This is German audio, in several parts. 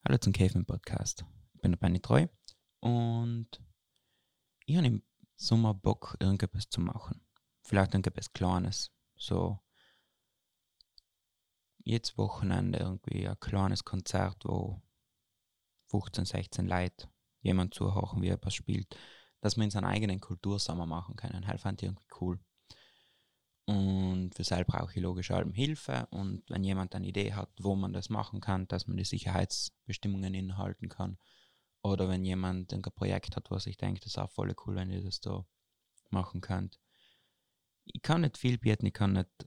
Hallo zum Caveman Podcast. Ich bin der Benny Treu und ich habe im Sommer Bock, irgendetwas zu machen. Vielleicht irgendetwas Kleines. So jedes Wochenende irgendwie ein kleines Konzert, wo 15, 16 Leute jemand zuhören, wie er etwas spielt, dass wir in seiner eigenen Kultursommer machen können. Das fand ich irgendwie cool. Und für das brauche ich logisch allem Hilfe. Und wenn jemand eine Idee hat, wo man das machen kann, dass man die Sicherheitsbestimmungen inhalten kann, oder wenn jemand ein Projekt hat, was ich denke, das ist auch voll cool, wenn ihr das da machen könnt. Ich kann nicht viel bieten, ich kann nicht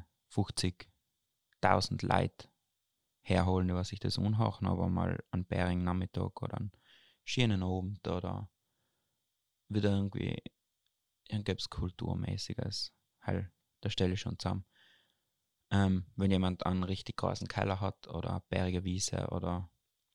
50.000 Leute herholen, was ich das unhachen, aber mal einen Bäring-Nachmittag oder einen schönen Abend oder wieder irgendwie irgendwas Kulturmäßiges. Halt, da stelle ich schon zusammen. Wenn jemand einen richtig großen Keller hat oder eine bärige Wiese oder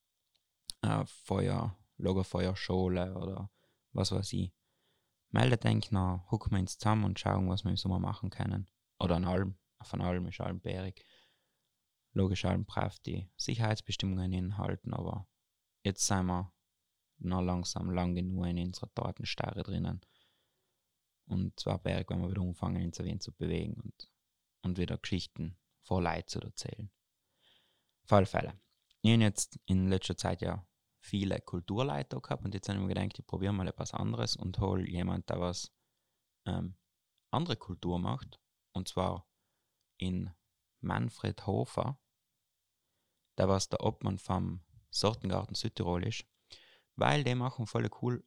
Lagerfeuerschule oder was weiß ich, meldet eigentlich noch, hucken wir uns zusammen und schauen, was wir im Sommer machen können. Oder an allem, von allem ist allem bärig. Logisch allem brav die Sicherheitsbestimmungen inhalten, aber jetzt sind wir noch langsam lang genug in unserer Datenstarre drinnen. Und zwar bärig, wenn wir wieder anfangen, uns ein zu bewegen und wieder Geschichten vor Leid zu erzählen. Auf alle Fälle. Ich habe jetzt in letzter Zeit ja viele Kulturleiter gehabt und jetzt habe ich mir gedacht, ich probiere mal etwas anderes und hole jemanden, der was andere Kultur macht. Und zwar in Manfred Hofer, der was der Obmann vom Sortengarten Südtirol ist, weil die machen voll cool,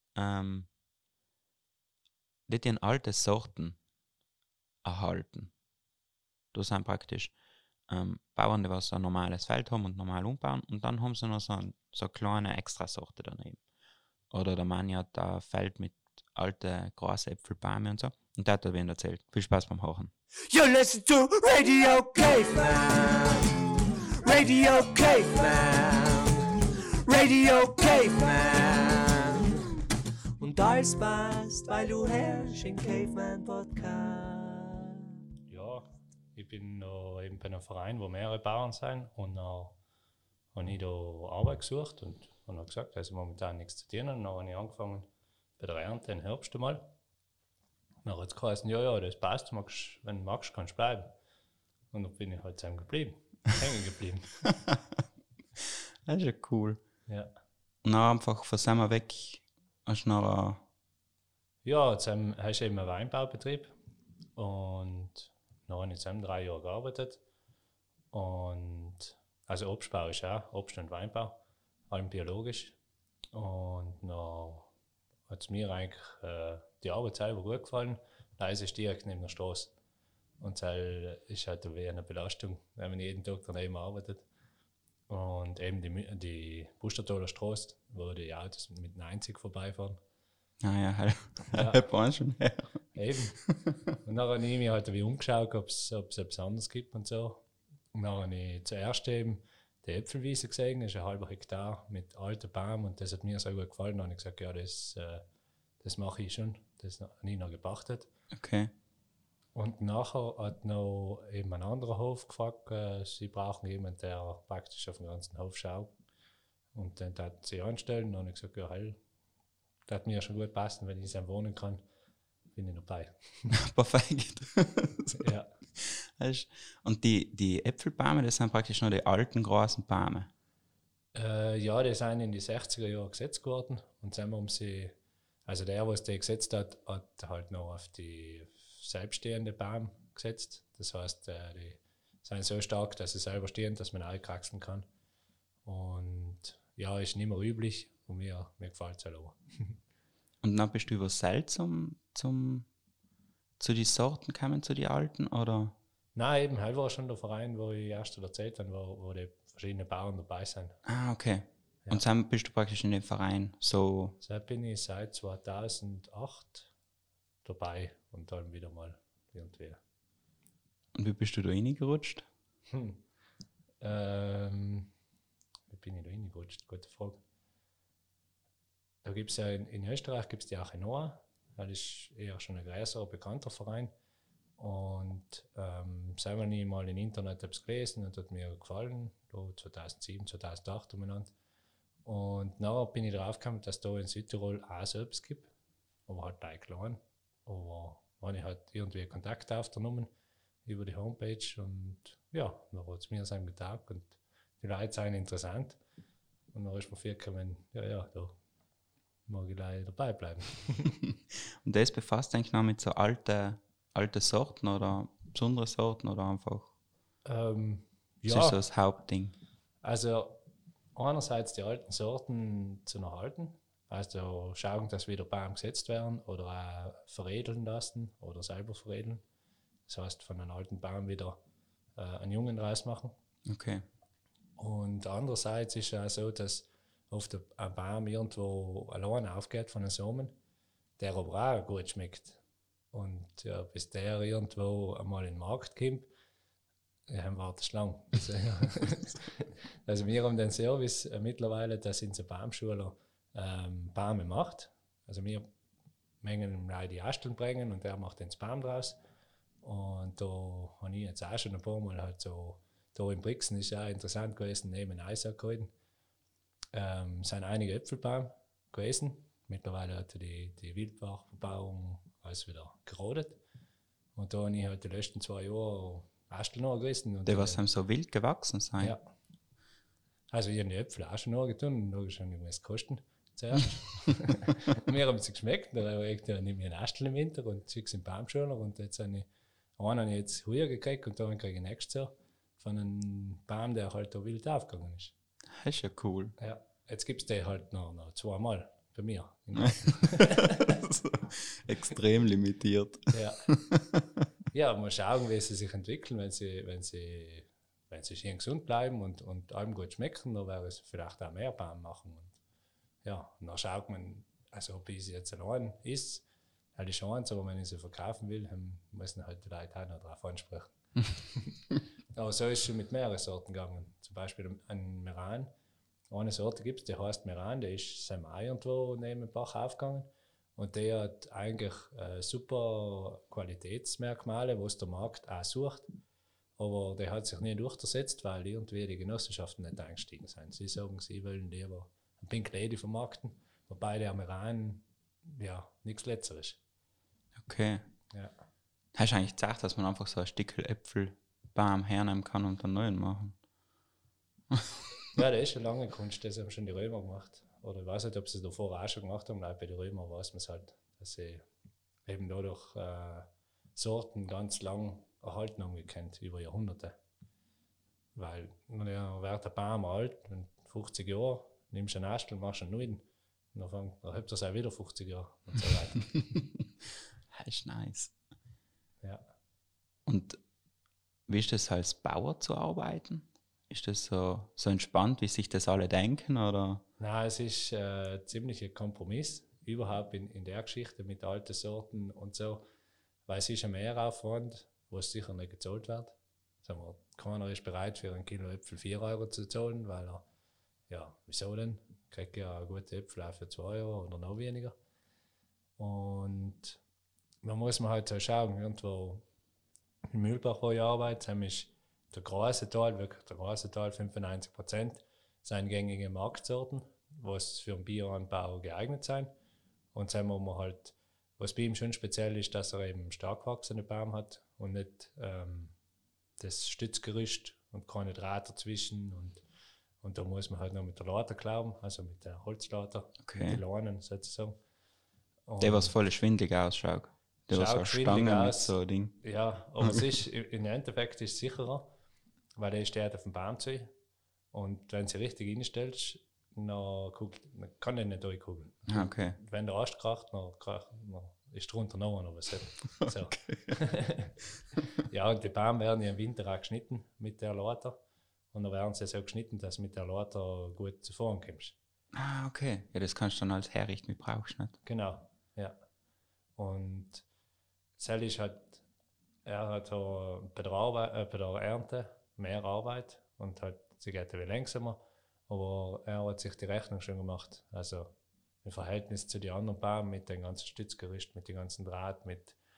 die alte Sorten erhalten. Das sind praktisch Bauern, die was ein normales Feld haben und normal umbauen und dann haben sie noch so eine kleine Extrasorte daneben. Oder der Mann hat ein Feld mit alten Grasäpfelbäume und so. Und der hat wen erzählt. Viel Spaß beim Hören. You listen to Radio Caveman. Radio Caveman. Radio Caveman. Und alles passt, weil du herrschst im Caveman Podcast. Ja, ich bin eben bei einem Verein, wo mehrere Bauern sind und dann habe ich da Arbeit gesucht und habe gesagt, also momentan nichts zu tun. Und dann habe ich angefangen bei der Ernte im Herbst einmal. Dann hat es geheißen, ja, das passt, wenn du magst, kannst du bleiben. Und dann bin ich halt hängen geblieben. Das ist ja cool. Ja. Und dann einfach von Sommer weg hast du noch Ja, jetzt hast du eben einen Weinbaubetrieb und dann habe ich jetzt 3 Jahre gearbeitet. Und also Obstbau ist auch, Obst- und Weinbau, allem biologisch. Und dann hat es mir eigentlich die Arbeit selber gut gefallen. Da ist es direkt neben der Straße. Und das ist halt eine Belastung, wenn man jeden Tag daneben arbeitet. Und eben die Bustertaler Straße, wo die Autos mit 90 vorbeifahren. naja, halt schon her. Eben. Und dann habe ich mich halt umgeschaut, ob es etwas anderes gibt und so. Und dann habe ich zuerst eben die Äpfelwiese gesehen, das ist ein halber Hektar mit alten Bäumen und das hat mir so gut gefallen. Dann habe ich gesagt, ja, das mache ich schon. Das habe ich noch gepachtet. Okay. Und nachher hat noch eben ein anderer Hof gefragt, sie brauchen jemanden, der praktisch auf den ganzen Hof schaut. Und dann hat sie anstellen. Dann habe ich gesagt, ja, hell, das hat mir schon gut passen, wenn ich es wohnen kann, bin ich dabei. Perfekt. Ja. Und die Äpfelbäume, das sind praktisch noch die alten großen Bäume. Ja, die sind in die 60er Jahre gesetzt worden und dann haben sie, also der, was die gesetzt hat, hat halt noch auf die selbststehende Baum gesetzt. Das heißt, die sind so stark, dass sie selber stehen, dass man einkraxeln kann. Und ja, ist nicht mehr üblich und mir gefällt es halt auch. Und dann bist du über Seil zu den Sorten gekommen, zu den alten, oder? Nein, eben, halt war schon der Verein, wo ich erst erzählt habe, wo die verschiedenen Bauern dabei sind. Ah, okay. Ja. Und dann bist du praktisch in dem Verein so. So bin ich seit 2008 dabei und dann wieder mal irgendwie. Und wie bist du da reingerutscht? Wie bin ich da reingerutscht? Gute Frage. Da gibt es ja in Österreich gibt's die Arche Noah. Das ist eher schon ein größerer, bekannter Verein. Und selber habe ich mal im Internet etwas gelesen und hat mir gefallen, so 2007, 2008 umeinander. Und nachher bin ich darauf gekommen, dass es da in Südtirol auch so etwas gibt, aber halt gleich klein. Aber wenn ich halt irgendwie Kontakt aufgenommen über die Homepage und ja, dann hat es mir so getaugt und die Leute sind interessant. Und dann ist mir vorgekommen, ja, da mag ich gleich dabei bleiben. Und das befasst denke ich noch mit so alte Sorten oder besondere Sorten oder einfach, das ist so Ja, das Hauptding. also einerseits die alten Sorten zu erhalten, also schauen, dass wieder Baum gesetzt werden oder auch veredeln lassen oder selber veredeln. Das heißt, von einem alten Baum wieder einen Jungen rausmachen. Okay. Und andererseits ist es auch so, dass oft ein Baum irgendwo allein aufgeht von den Samen, der aber auch gut schmeckt. Und ja, bis der irgendwo einmal in den Markt kommt, ja, wartet es lang. Also wir haben den Service mittlerweile, dass in der Baumschule Bäume macht. Also wir mengen ihm die Asteln bringen und der macht den Baum draus. Und da habe ich jetzt auch schon ein paar Mal halt so, da in Brixen ist auch interessant gewesen, neben Eis gehalten. Sind einige Äpfelbäume gewesen. Mittlerweile hat die Wildbachbebauung alles wieder gerodet. Und da habe ich halt die letzten 2 Jahre Asteln noch gewesen. Und Die, was haben so wild gewachsen sein. ja. Also ich habe die Äpfel auch schon nachgetan und logisch haben die kosten zuerst. Mir haben sie geschmeckt, da habe ich nehme ich einen Astel im Winter und schicke sie in den Baumschoner und jetzt habe ich einen jetzt heuer gekriegt und dann kriege ich nächstes Jahr von einem Baum, der halt da wild aufgegangen ist. Das ist ja cool. Ja, jetzt gibt es den halt noch 2-mal bei mir. So, extrem limitiert. Ja. Ja, mal schauen, wie sie sich entwickeln, wenn sie schön gesund bleiben und allem gut schmecken, dann wäre es vielleicht auch mehr Baum machen. Und ja, und dann schaut man, also ob ich sie jetzt allein ist, halt die Chance, aber wenn ich sie verkaufen will, dann müssen halt die Leute auch noch darauf ansprechen. Aber so ist es schon mit mehreren Sorten gegangen. Zum Beispiel ein Meran. Eine Sorte gibt es, die heißt Meran, der ist sein Ei irgendwo neben dem Bach aufgegangen. Und der hat eigentlich super Qualitätsmerkmale, was der Markt auch sucht. Aber der hat sich nie durchgesetzt, weil irgendwie die Genossenschaften nicht eingestiegen sind. Sie sagen, sie wollen lieber ein Pink Lady vermarkten, wobei der Meran ja nichts Letzteres ist. Okay. Ja. Hast du eigentlich gesagt, dass man einfach so ein Stückel Äpfelbaum hernehmen kann und einen neuen machen? Ja, das ist schon lange Kunst, das haben schon die Römer gemacht. Oder ich weiß nicht, ob sie es davor auch schon gemacht haben, weil bei den Römern weiß man es halt, dass sie eben dadurch Sorten ganz lang erhalten haben gekannt, über Jahrhunderte. Weil, ja, wird der Baum alt, 50 Jahre, nimmst du einen Astel, machst einen neuen, und dann habt ihr es auch wieder 50 Jahre und so weiter. Das ist nice. Ja. Und wie ist das als Bauer zu arbeiten? Ist das so entspannt, wie sich das alle denken? Oder? Nein, es ist ziemlich ein Kompromiss, überhaupt in der Geschichte mit alten Sorten und so, weil es ist ein Mehraufwand, wo es sicher nicht gezahlt wird. Sagen wir, keiner ist bereit, für 1 Kilo Äpfel 4 Euro zu zahlen, weil er, ja, wieso denn? Kriegt ja gute Äpfel auch für 2 Euro oder noch weniger. Und da muss man halt so schauen, irgendwo in Mühlbach, wo ich arbeite, ist der große Teil, wirklich der große Teil, 95%, sind gängige Marktsorten, was für den Bioanbau geeignet sind. Und dann muss man halt, was bei ihm schon speziell ist, dass er eben stark wachsende Baum hat und nicht das Stützgerüst und keine Draht dazwischen. Und da muss man halt noch mit der Later klauben, also mit der Holzlater, Okay. mit den Leinen sozusagen. Und Der, was voll schwindelig ausschaut. Der, was so eine Schaut schwindelig Stange mit aus. so ein Ding. ja, aber es ist, im Endeffekt ist es sicherer, weil der steht auf dem Baum zu. Und wenn du sie richtig einstellst, dann kann er nicht durchkugeln. Ah, okay. Wenn der Ast kracht, dann ist drunter noch einer. So. Ja, und die Bäume werden ja im Winter auch geschnitten mit der Later. Und dann werden sie so geschnitten, dass du mit der Later gut zuvor kommst. Ah, okay. Ja, das kannst du dann als herrichten, wie brauchst du nicht. Genau, ja. Und Sel ist halt, er hat so bei der Ernte mehr Arbeit und halt, sie geht ein bisschen langsamer, aber er hat sich die Rechnung schon gemacht. Also im Verhältnis zu den anderen Bäumen mit dem ganzen Stützgerüst, mit dem ganzen Draht, mit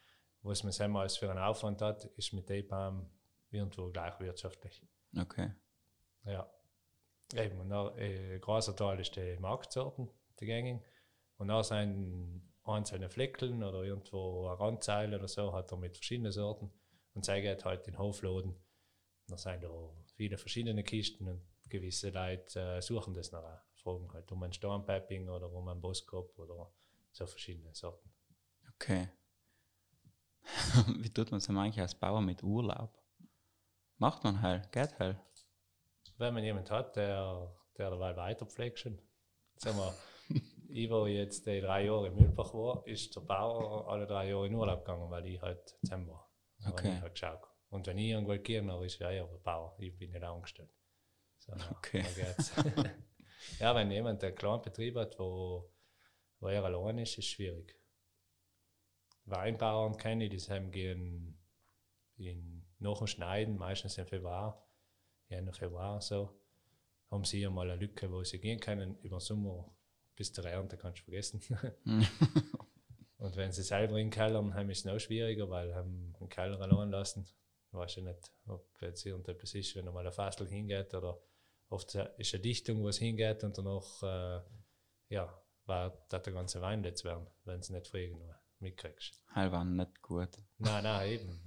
was man selber als für einen Aufwand hat, ist mit dem Baum irgendwo gleich wirtschaftlich. Okay. Ja. Eben, und dann, großer Teil ist die Marktsorten, die gängigen. Und dann sind einzelne Fleckeln oder irgendwo eine Randzeile oder so, hat er mit verschiedenen Sorten. Und sie geht halt in Hofladen. Da sind da viele verschiedene Kisten und gewisse Leute suchen das nach auch. Fragen halt um ein Stormpiping oder um ein Boskop oder so verschiedene Sorten. Okay. Wie tut man es eigentlich als Bauer mit Urlaub? Macht man halt, geht halt. Wenn man jemanden hat, der dabei weiterpflegt schon. Sagen wir, ich war jetzt die 3 Jahre in Mühlbach war, ist der Bauer alle 3 Jahre in Urlaub gegangen, weil ich halt zusammen war. Okay. Ich halt geschaut. Und wenn ich irgendwo gehe, dann ist ja der Bauer. Ich bin nicht angestellt. So, Okay. da geht's. Ja, wenn jemand einen kleinen Betrieb hat, wo er allein ist, ist es schwierig. Weinbauern kenne ich, die haben gehen nach dem Schneiden, meistens im Februar, Januar, Februar so, haben sie einmal eine Lücke, wo sie gehen können über den Sommer bis zur Ernte, kannst du vergessen. Und wenn sie selber in den Keller haben, ist es noch schwieriger, weil sie den Keller allein lassen. Ich weiß ja nicht, ob jetzt irgendetwas ist, wenn einmal ein Fassel hingeht oder oft ist eine Dichtung, wo es hingeht und danach wird der ganze Wein jetzt werden, wenn sie nicht früh genug mitkriegst. Halt war nicht gut. Nein, eben.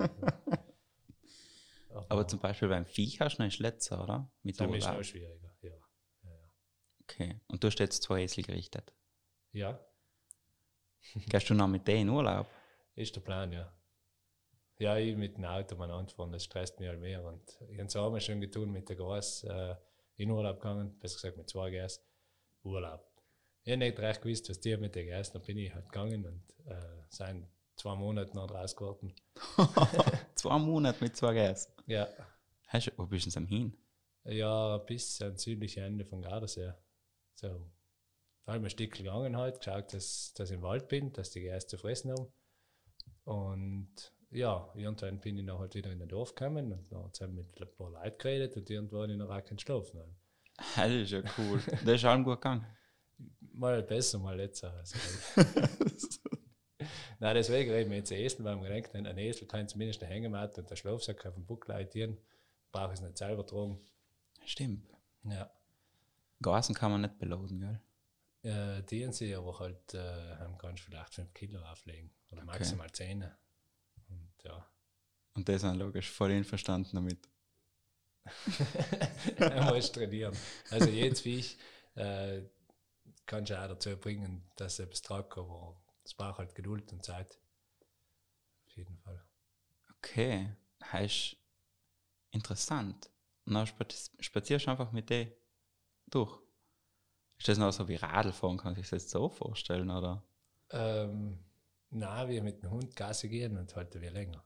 Aber zum Beispiel beim Viech hast du einen Schletzer, oder? Mit das ist Urlaub. noch schwieriger, ja. Okay. Und du hast jetzt 2 Esel gerichtet. Ja, Gehst du noch mit denen in Urlaub? ist der Plan, ja. Ja, ich mit dem Auto mal anfahren, das stresst mich halt mehr. Und ich habe es auch mal schon getan mit der Gas in Urlaub gegangen, besser gesagt mit 2 Gas, Urlaub. Ich habe nicht recht gewusst, was die mit der Gas, dann bin ich halt gegangen und sind 2 Monate noch raus geworden. 2 Monate mit 2 Gas. Ja. Wo bist du denn hin? Ja, bis ans südliche Ende von Gardasee. So. Da habe ich ein Stück gegangen halt, geschaut, dass ich im Wald bin, dass die Gäste zu fressen haben. Und ja, irgendwann bin ich dann halt wieder in den Dorf gekommen und dann haben wir mit ein paar Leuten geredet und irgendwann in der Rack geschlafen. Das ist ja cool. Das ist allem gut gegangen. Mal besser, mal letzter. Also. Nein, deswegen reden wir jetzt Esel, weil wir denken, ein Esel kann zumindest eine Hängematte und der Schlafsack auf dem Buckel eintieren, brauche ich es nicht selber tragen. Stimmt. Ja. Gasen kann man nicht beladen, gell? Die sie aber halt kannst vielleicht 5 Kilo auflegen oder Okay. maximal 10. Und ja. Und das ist logisch voll einverstanden damit. Man muss trainieren. Also jedes Viech kannst du auch dazu bringen, dass es etwas tragt, aber es braucht halt Geduld und Zeit. Auf jeden Fall. Okay, heißt interessant. Und dann spazierst du einfach mit denen durch. Ist das noch so wie Radlfahren, kann sich das jetzt so vorstellen, oder? Nein, wir mit dem Hund Gassi gehen und halten wir länger.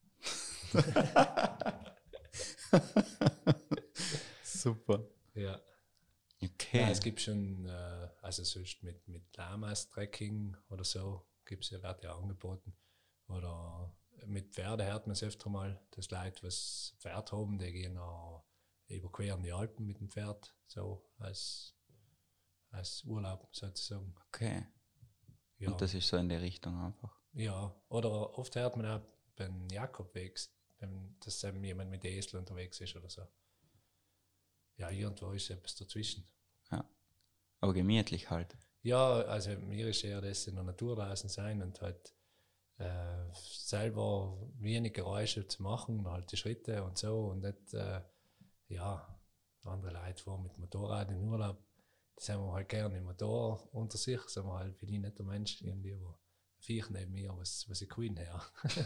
Super. Ja. Okay. Nein, es gibt schon, also sonst mit Lamas-Trekking oder so, wird ja angeboten. Oder mit Pferde hört man es öfter mal, dass Leute, was Pferd haben, die gehen auch überqueren die Alpen mit dem Pferd, so als Urlaub sozusagen. Okay. Ja. Und das ist so in der Richtung einfach. Ja, oder oft hört man auch beim Jakobweg, dass jemand mit Esel unterwegs ist oder so. Ja, irgendwo ist etwas dazwischen. Ja. Aber gemütlich halt. Ja, also mir ist eher das in der Natur draußen sein und halt selber wenig Geräusche zu machen, halt die Schritte und so und nicht, andere Leute fahren mit Motorrad in Urlaub, die sind wir halt gerne im Motor unter sich, sind wir halt, bin ich nicht der Mensch, irgendwie, wo Viech neben mir, was ich cool her.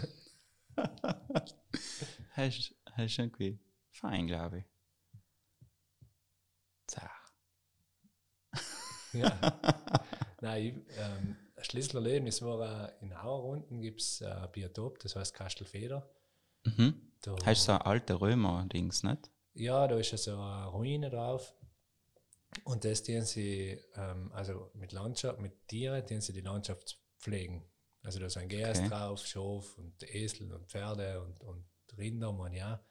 Hast irgendwie fein, glaube ich. Zach. Ja. Nein, ein Schlüsselerlebnis war in Auerrunden gibt es ein Biotop, das heißt Kastelfeder. Mhm. Da, Hast du so ein alter Römer-Dings, nicht? ja, da ist so eine Ruine drauf. Und das dienen sie, also mit Landschaft, mit Tieren, dienen sie die Landschaft pflegen. Also da ist ein Gäs drauf, Schaf und Esel und Pferde und Rinder, man ja.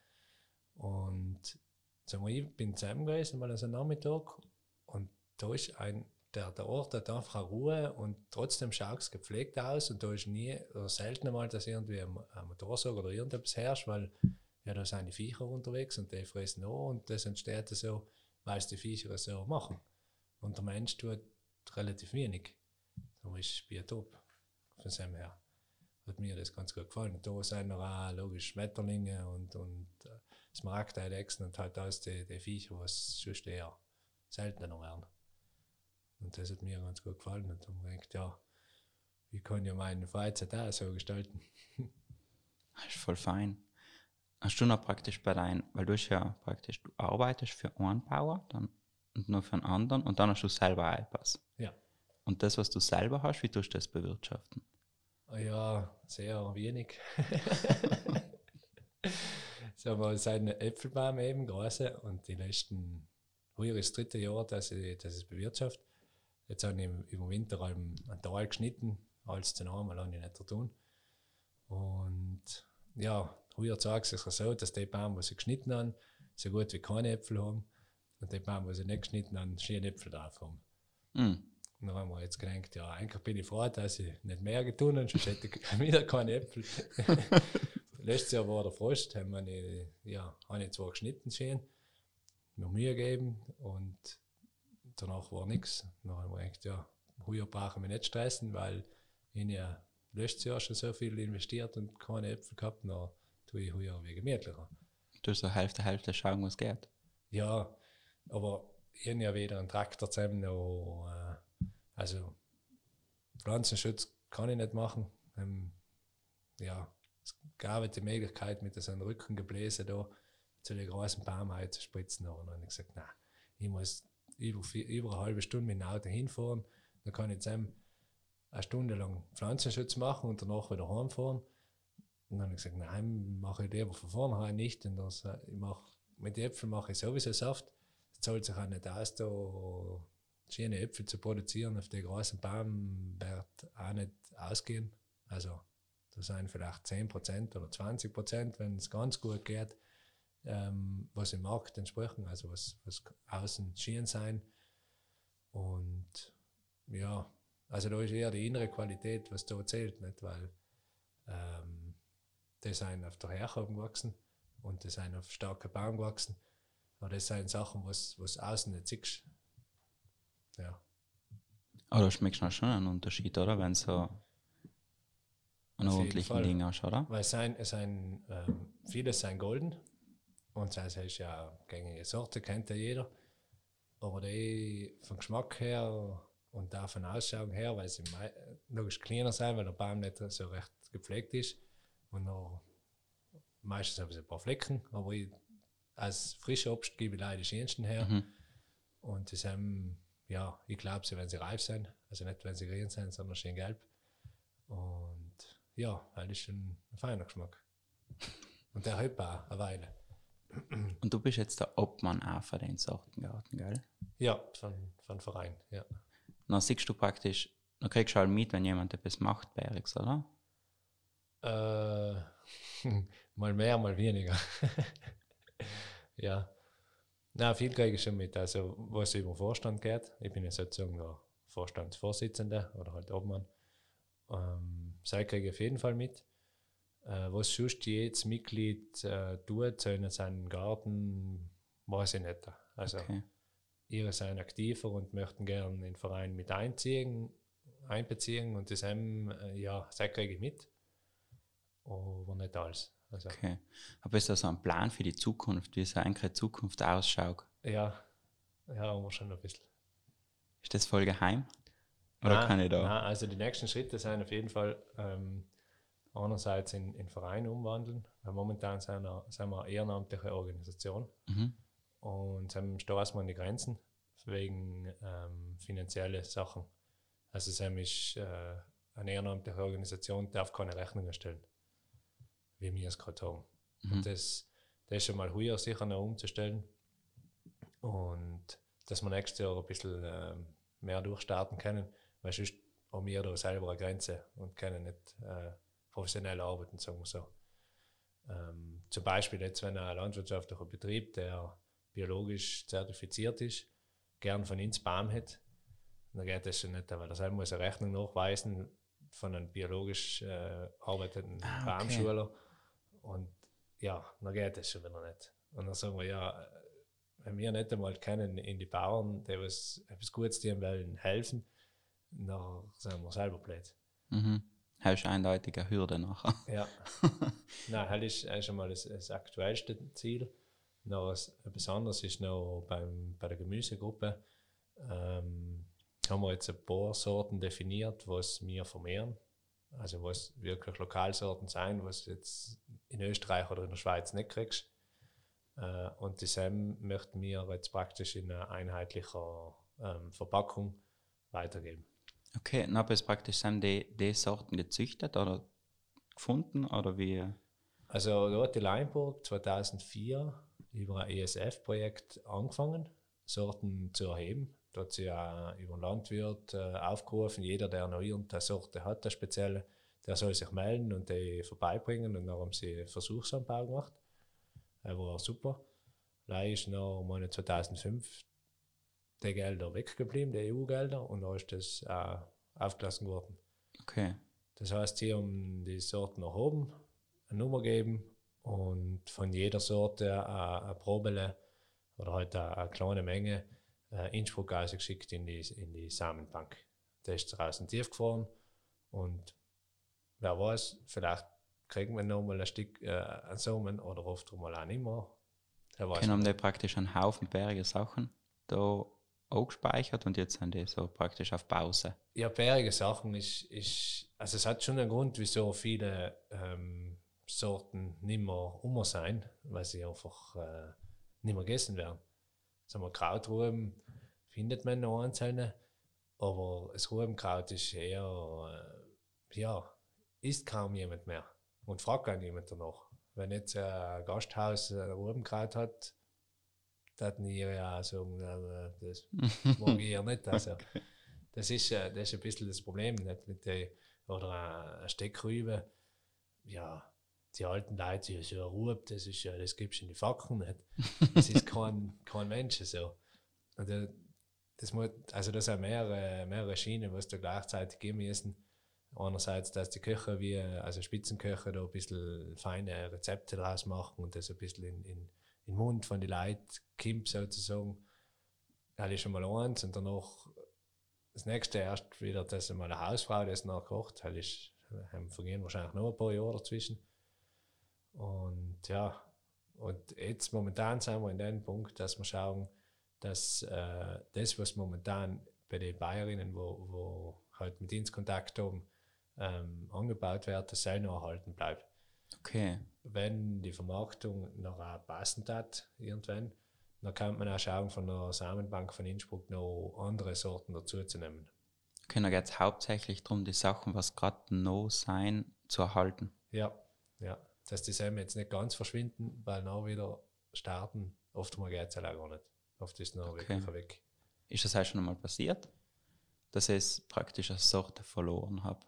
Und so, ich bin zusammen gewesen, mal so einen Nachmittag, und da ist ein der Ort hat einfach eine Ruhe und trotzdem schaut es gepflegt aus und da ist nie oder selten einmal, dass irgendwie ein Motorsog oder irgendetwas herrscht, weil ja, da sind die Viecher unterwegs und die fressen auch und das entsteht so, weil es die Viecher so machen. Und der Mensch tut relativ wenig. Darum ist es Bier top. Von dem her hat mir das ganz gut gefallen. Und da sind noch auch logisch Schmetterlinge und Smaragdeidechsen und halt aus die Viecher, was sonst eher seltener werden. Und das hat mir ganz gut gefallen. Und dann habe ich gedacht, ja, ich kann ja meine Freizeit auch so gestalten. Das ist voll fein. Hast du noch praktisch weil du ja praktisch, du arbeitest für einen Bauer dann, und nur für einen anderen und dann hast du selber auch etwas. Ja. Und das, was du selber hast, wie tust du das bewirtschaften? Ja, sehr wenig. So, wir sind Äpfelbaum eben, große, und die letzten, heuer ist das 3. Jahr, dass ich es bewirtschafte. Jetzt habe ich über den Winter einen Teil geschnitten, alles zu normal, habe ich nicht zu tun. Und ja, heuer zeigt es sich so, dass die Baum, die sie geschnitten haben, so gut wie keine Äpfel haben. Und die Baum, die sie nicht geschnitten haben, schöne Äpfel drauf haben. Mm. Und dann haben wir jetzt gedacht, ja, eigentlich bin ich froh, dass ich nicht mehr getan habe, sonst hätte ich wieder keine Äpfel. Letztes Jahr war der Frost, habe ich zwar geschnitten schön, mir Mühe gegeben und danach war nichts. Dann haben wir gedacht, ja, heuer brauche ich mich nicht stressen, weil ich ja letztes Jahr schon so viel investiert und keine Äpfel gehabt, dann tue ich heuer wie gemütlicher. Du so Hälfte schauen, was geht. Ja, aber ich habe ja wieder einen Traktor zusammen noch, also Pflanzenschutz kann ich nicht machen. Ja, es gab die Möglichkeit, mit so einem Rückengebläse da zu den großen Baum zu spritzen. Und dann habe ich gesagt, nein, ich muss über eine halbe Stunde mit dem Auto hinfahren, dann kann ich zusammen eine Stunde lang Pflanzenschutz machen und danach wieder heimfahren. Und dann habe ich gesagt, nein, mache ich lieber von vornherein nicht. Und das, mit Äpfeln mache ich sowieso Saft. Es zahlt sich auch nicht aus, da schöne Äpfel zu produzieren. Auf den großen Baum wird auch nicht ausgehen. Also da sind vielleicht 10% oder 20%, wenn es ganz gut geht, was im Markt entsprechen, also was außen schön sein. Und ja, also da ist eher die innere Qualität, was da zählt, nicht? Weil die sind auf der Herche gewachsen und die sind auf starken Baum gewachsen. Aber das sind Sachen, was außen nicht siehst. Ja. Aber du schmeckst noch schon einen Unterschied, oder? Wenn so einen ordentlichen Ding hast, oder? Weil viele sind golden und das ist ja eine gängige Sorte, kennt ja jeder. Aber die vom Geschmack her und auch von Ausschauen her, weil sie logisch kleiner sind, weil der Baum nicht so recht gepflegt ist. Und noch meistens haben sie ein paar Flecken, aber als frischer Obst gebe ich leider die schönsten her. Mhm. Und das haben, ja, ich glaube, wenn sie reif sind, also nicht, wenn sie grün sind, sondern schön gelb. Und ja, weil das ist ein feiner Geschmack. Und der hält auch eine Weile. Und du bist jetzt der Obmann auch von den Sortengarten, gell? Ja, von Verein, ja. Dann siehst du praktisch, dann kriegst du halt mit, wenn jemand etwas macht, Bärix, oder? Mal mehr, mal weniger. Ja. Na, viel kriege ich schon mit, also was über den Vorstand geht. Ich bin ja sozusagen der Vorstandsvorsitzende oder halt Obmann. Das kriege ich auf jeden Fall mit. Was sonst jedes Mitglied tut in seinem Garten, weiß ich nicht. Also Okay. ihre sind aktiver und möchten gerne den Verein mit einbeziehen und das das kriege ich mit. Aber nicht alles. Also, Okay. Aber ist das so ein Plan für die Zukunft, wie so eigentlich die Zukunft ausschaut? ja, aber schon ein bisschen. Ist das voll geheim? Oder kann ich da? Nein, also die nächsten Schritte sind auf jeden Fall einerseits in Verein umwandeln, weil momentan sind wir eine ehrenamtliche Organisation Mhm. und stoßen wir an die Grenzen wegen finanzielle Sachen. Also es ist eine ehrenamtliche Organisation, darf keine Rechnungen stellen, wie wir es gerade haben. Mhm. Und das ist schon mal heuer sicher noch umzustellen und dass wir nächstes Jahr ein bisschen mehr durchstarten können, weil sonst haben wir da selber eine Grenze und können nicht professionell arbeiten, sagen wir so. Zum Beispiel jetzt, wenn ein landwirtschaftlicher Betrieb, der biologisch zertifiziert ist, gern von uns Baum hat, dann geht das schon nicht, weil er selber muss eine Rechnung nachweisen von einem biologisch arbeitenden Baumschuler. Und ja, dann geht das schon wieder nicht. Und dann sagen wir, ja, wenn wir nicht einmal kennen in die Bauern, die was etwas Gutes tun wollen, helfen, dann sind wir selber blöd. Das ist eindeutig eine Hürde nachher. Ja. Nein, das ist schon mal das aktuellste Ziel. Noch etwas anderes ist noch bei der Gemüsegruppe. Haben wir jetzt ein paar Sorten definiert, was wir vermehren. Also was wirklich Lokalsorten sein, was jetzt in Österreich oder in der Schweiz nicht kriegst. Und die SEM möchten wir jetzt praktisch in einer einheitlicher Verpackung weitergeben. Okay, dann habe ich praktisch die Sorten gezüchtet oder gefunden oder wie? Also da hat die Leinburg 2004 über ein ESF-Projekt angefangen, Sorten zu erheben. Da hat sie ja über einen Landwirt aufgerufen, jeder, der noch irgendeine Sorte hat, eine spezielle, der soll sich melden und die vorbeibringen. Und dann haben sie Versuchsanbau gemacht. Das war super. Leider ist noch im 2005 die Gelder weggeblieben, die EU-Gelder, und dann ist das aufgelassen worden. Okay. Das heißt, sie haben die Sorten erhoben, eine Nummer gegeben und von jeder Sorte eine Probele oder halt eine kleine Menge Innsbruck ausgeschickt in die Samenbank. Der ist draußen tief gefahren und wer weiß, vielleicht kriegen wir nochmal ein Stück an Samen oder oft mal auch nicht mehr. Haben die praktisch einen Haufen bärige Sachen da auch gespeichert und jetzt sind die so praktisch auf Pause? Ja, bärige Sachen also es hat schon einen Grund, wieso viele Sorten nicht mehr sein, weil sie einfach nicht mehr gegessen werden. Sagen wir, Krautruben findet man noch einzelne, aber das Rubenkraut ist eher, isst kaum jemand mehr und fragt auch niemand danach. Wenn jetzt ein Gasthaus Rubenkraut hat, dann ja auch sagen, das mag ich ja nicht. Also, Okay. das ist ein bisschen das Problem, nicht mit oder eine Steckrübe. Ja, die alten Leute, die so eine Rube, das gibst du in die Fackeln nicht. Das ist kein Mensch so. Und das sind mehrere Schienen, was da gleichzeitig geben müssen. Einerseits, dass die Köche also Spitzenköche da ein bisschen feine Rezepte draus machen und das ein bisschen in den Mund von den Leuten kommt sozusagen. Das ist schon mal eins und danach das nächste erst wieder, dass einmal eine Hausfrau das nachkocht. Vergehen wahrscheinlich noch ein paar Jahre dazwischen. Und ja, und jetzt momentan sind wir in dem Punkt, dass wir schauen, dass das, was momentan bei den Bäuerinnen, wo halt mit uns Kontakt haben, angebaut wird, das soll noch erhalten bleibt. Okay. Wenn die Vermarktung noch auch passen hat, irgendwann, dann kann man auch schauen, von der Samenbank von Innsbruck noch andere Sorten dazu zu nehmen. Okay, dann geht es hauptsächlich darum, die Sachen, was gerade noch sein, zu erhalten. Ja, dass die Samen jetzt nicht ganz verschwinden, weil noch wieder starten, oft mal geht es ja gar nicht. Oft ist es noch wirklich weg. Ist das auch schon einmal passiert, dass ich es praktisch eine Sorte verloren habe?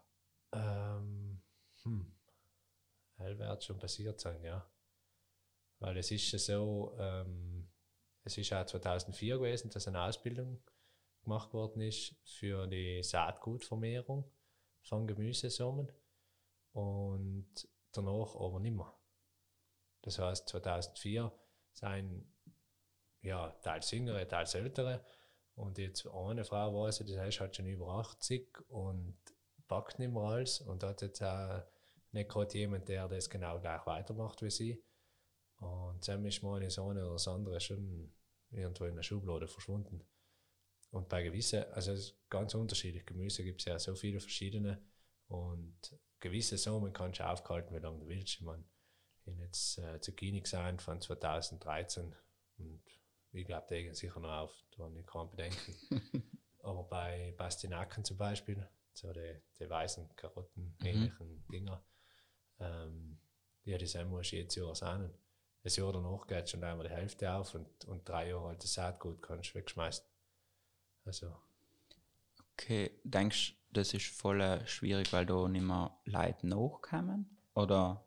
Das wird schon passiert sein, ja. Weil es ist ja so, es ist auch 2004 gewesen, dass eine Ausbildung gemacht worden ist für die Saatgutvermehrung von Gemüsesamen und danach aber nicht mehr. Das heißt, 2004 sind teils jüngere, teils ältere und jetzt eine Frau weiß ich, das heißt, hat schon über 80 und packt nicht mehr alles und hat jetzt auch nicht gerade jemand, der das genau gleich weitermacht wie sie. Und dann ist mal das eine oder das andere schon irgendwo in der Schublade verschwunden. Und bei gewissen, also es ist ganz unterschiedlich, Gemüse gibt es ja so viele verschiedene und gewisse Samen kannst du aufhalten, wie lange du willst. Ich meine, ich habe jetzt Zucchini gesehen von 2013 und ich glaube, die gehen sicher noch auf, da habe ich kein Bedenken. Aber bei Pastinaken zum Beispiel, so die weißen Karotten, ähnlichen Dinger, die Samen musst du jetzt Jahr sahnen. Das Jahr danach geht schon einmal die Hälfte auf und 3 Jahre altes Saatgut kannst du wegschmeißen. Also. Okay, denkst du, das ist voll schwierig, weil da nicht mehr Leute nachkommen? Oder?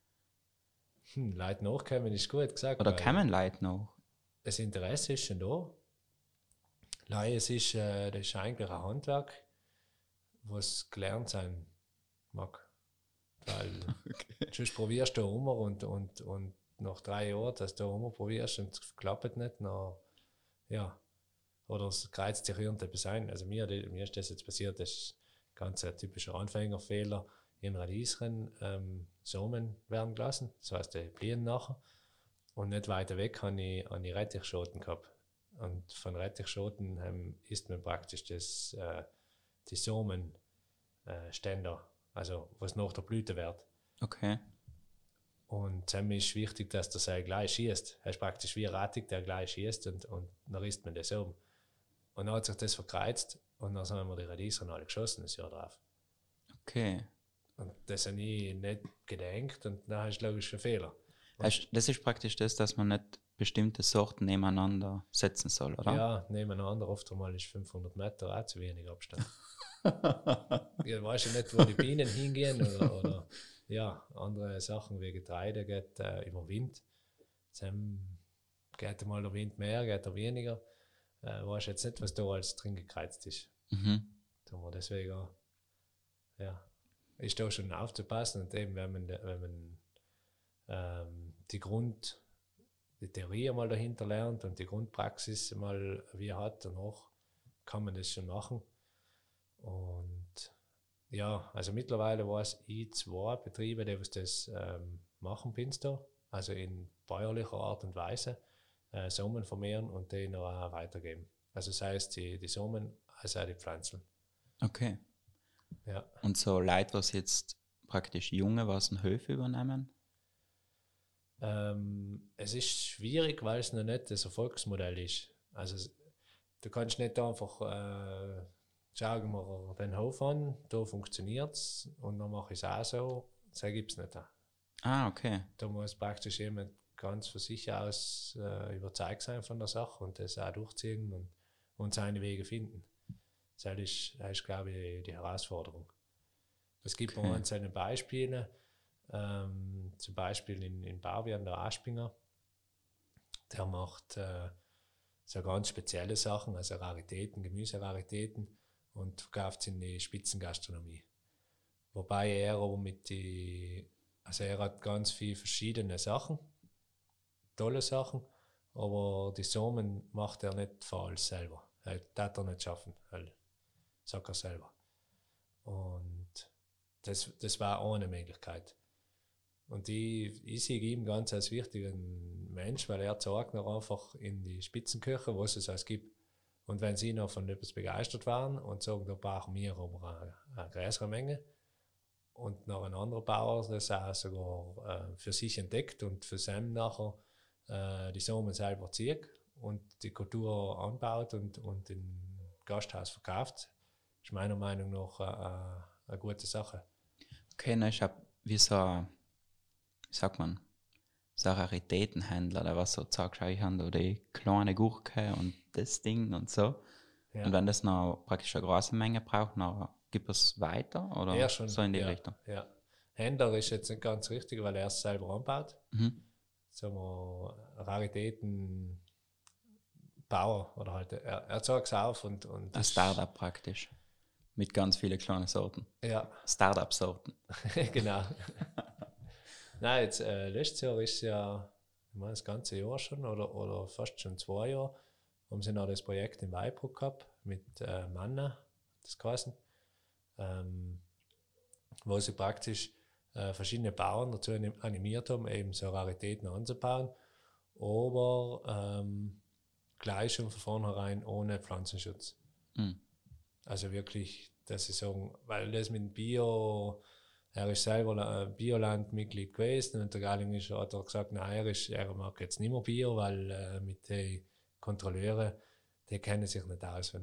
Leute nachkommen ist gut gesagt. Oder kommen Leute nach? Das Interesse ist schon da. Nein, das ist eigentlich ein Handwerk, was gelernt sein mag. Weil sonst probierst du immer und nach 3 Jahren, dass du immer probierst und es klappt nicht, ja. Oder es kreuzt sich irgendetwas ein. Also mir ist das jetzt passiert, das ist ganz ein typischer Anfängerfehler. In Radieschen Samen werden gelassen, das heißt, die blühen nachher. Und nicht weiter weg habe ich Rettichschoten gehabt. Und von Rettichschoten isst man praktisch die Samenständer, also was nach der Blüte wird. Okay. Und dann ist wichtig, dass der Seil gleich schießt. Er ist praktisch wie ein Rettich, der gleich schießt und dann isst man das um. Und dann hat sich das verkreuzt und dann haben wir die Radieschen alle geschossen das Jahr drauf. Okay. Und das habe ich nicht gedenkt und dann ist logisch ein Fehler. Das ist praktisch das, dass man nicht bestimmte Sorten nebeneinander setzen soll, oder? Ja, nebeneinander. Oft einmal ist 500 Meter auch zu wenig Abstand. Ich weiß ja nicht, wo die Bienen hingehen oder ja, andere Sachen wie Getreide geht über Wind. Dann geht mal der Wind mehr, geht er weniger. Weiß jetzt nicht, was da alles drin gekreuzt ist. Deswegen ja, ist da schon aufzupassen und eben, wenn man die Theorie mal dahinter lernt und die Grundpraxis mal wie hat, danach kann man das schon machen. Und ja, also mittlerweile weiß ich 2 Betriebe, die das machen, Pinster, also in bäuerlicher Art und Weise Samen vermehren und die noch auch weitergeben. Also das heißt, die Samen als auch die Pflanzen. Okay. Ja. Und so Leute, was jetzt praktisch junge, was in Höfe übernehmen? Es ist schwierig, weil es noch nicht das Erfolgsmodell ist. Also du kannst nicht einfach schauen wir den Hof an, da funktioniert es und dann mache ich es auch so. Das gibt es nicht. Ah, okay. Da muss praktisch jemand ganz von sich aus überzeugt sein von der Sache und das auch durchziehen und seine Wege finden. Das ist glaube ich, die Herausforderung. Es gibt bei uns eine Beispiele, zum Beispiel in Barbian, der Aspinger, der macht so ganz spezielle Sachen, also Raritäten, Gemüseraritäten und verkauft sie in die Spitzengastronomie. Wobei er aber er hat ganz viele verschiedene Sachen, tolle Sachen, aber die Samen macht er nicht für alles selber. Das darf er nicht schaffen, sagt er selber. Und das war auch eine Möglichkeit. Und ich sehe ihn ganz als wichtigen Mensch, weil er zeigt noch einfach in die Spitzenküche, was es alles gibt. Und wenn sie noch von etwas begeistert waren und sagen, da brauchen wir aber eine größere Menge, und noch ein anderer Bauer das auch sogar für sich entdeckt und für sich nachher die Samen selber zieht und die Kultur anbaut und im Gasthaus verkauft, ist meiner Meinung nach eine gute Sache. Okay, na, ich habe wie so ein, wie sagt man, so ein Raritätenhändler, der was so sagt, schau, ich habe da die kleine Gurke und das Ding und so. Ja. Und wenn das noch praktisch eine große Menge braucht, dann gibt es weiter oder ja, schon, so in die Richtung? Ja. Händler ist jetzt nicht ganz richtig, weil er es selber anbaut. Sagen wir, Raritätenbauer oder halt, er zeigt es auf und ein Startup praktisch. Mit ganz vielen kleinen Sorten. Ja. Startup-Sorten. Genau. Nein, jetzt letztes Jahr ist ja, ich meine, das ganze Jahr schon oder fast schon 2 Jahre, haben sie noch das Projekt in Weibruck gehabt mit Manna, das geheißen, wo sie praktisch verschiedene Bauern dazu animiert haben, eben so Raritäten anzubauen, aber gleich schon von vornherein ohne Pflanzenschutz. Also wirklich, dass sie sagen, weil das mit Bio, er ist selber Biolandmitglied gewesen und der Galling hat er gesagt, nein, er mag jetzt nicht mehr Bio, weil mit den Kontrolleuren, die kennen sich nicht aus.